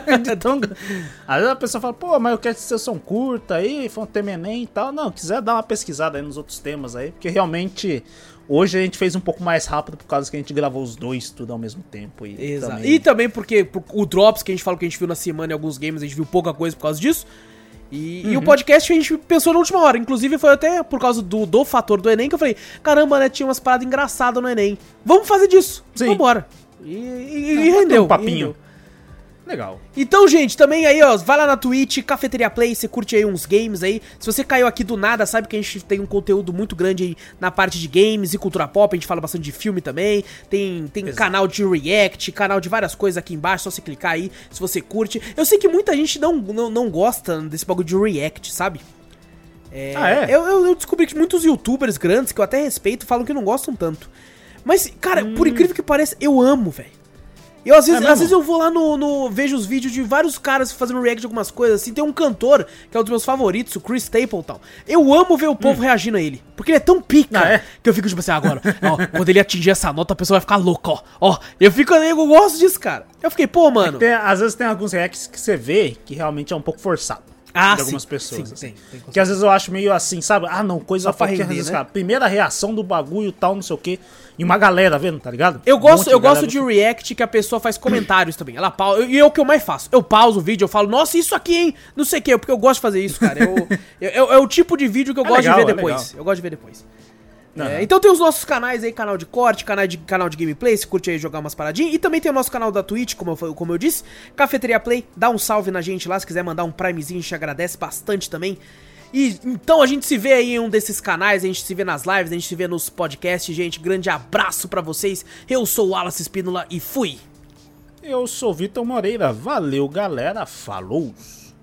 Às vezes a pessoa fala, pô, mas eu quero que vocês são curta aí, foi um tema Enem e tal. Não, quiser dar uma pesquisada aí nos outros temas aí, porque realmente... Hoje a gente fez um pouco mais rápido por causa que a gente gravou os dois tudo ao mesmo tempo. Exato. E também porque o Drops, que a gente falou que a gente viu na semana em alguns games, a gente viu pouca coisa por causa disso. E o podcast a gente pensou na última hora. Inclusive foi até por causa do fator do Enem que eu falei, caramba, né, tinha umas paradas engraçadas no Enem. Vamos fazer disso. Sim. Vambora. E rendeu. Um papinho. Rendeu. Legal. Então, gente, também aí, ó, vai lá na Twitch, Cafeteria Play, você curte aí uns games aí. Se você caiu aqui do nada, sabe que a gente tem um conteúdo muito grande aí na parte de games e cultura pop. A gente fala bastante de filme também. Tem canal de react, canal de várias coisas aqui embaixo, só você clicar aí, se você curte. Eu sei que muita gente não gosta desse bagulho de react, sabe? Eu descobri que muitos youtubers grandes, que eu até respeito, falam que não gostam tanto. Mas, cara, por incrível que pareça, eu amo, velho. Eu, às vezes eu vou lá vejo os vídeos de vários caras fazendo react de algumas coisas, assim. Tem um cantor, que é um dos meus favoritos, o Chris Stapleton. Eu amo ver o povo reagindo a ele. Porque ele é tão pica, que eu fico tipo assim, agora, ó, quando ele atingir essa nota, a pessoa vai ficar louca, ó. Eu gosto disso, cara. Eu fiquei, pô, mano. Às vezes tem alguns reacts que você vê que realmente é um pouco forçado. De algumas pessoas. Sim, assim. tem que às vezes eu acho meio assim, sabe? Ah, não, coisa pra render, vezes, né? Cara, primeira reação do bagulho tal, não sei o quê. E uma galera vendo, tá ligado? Eu gosto de react que a pessoa faz comentários também. Ela pausa. E é o que eu mais faço. Eu pauso o vídeo, eu falo, nossa, isso aqui, hein? Não sei o quê, porque eu gosto de fazer isso, cara. É o tipo de vídeo que eu gosto de ver depois. Eu gosto de ver depois. Então tem os nossos canais aí, canal de corte, canal de gameplay, se curte aí jogar umas paradinhas. E também tem o nosso canal da Twitch, como eu disse, Cafeteria Play, dá um salve na gente lá, se quiser mandar um primezinho, a gente agradece bastante também. E então a gente se vê aí em um desses canais, a gente se vê nas lives, a gente se vê nos podcasts, gente, grande abraço pra vocês. Eu sou o Wallace Espínola e fui! Eu sou o Vitor Moreira, valeu galera, falou!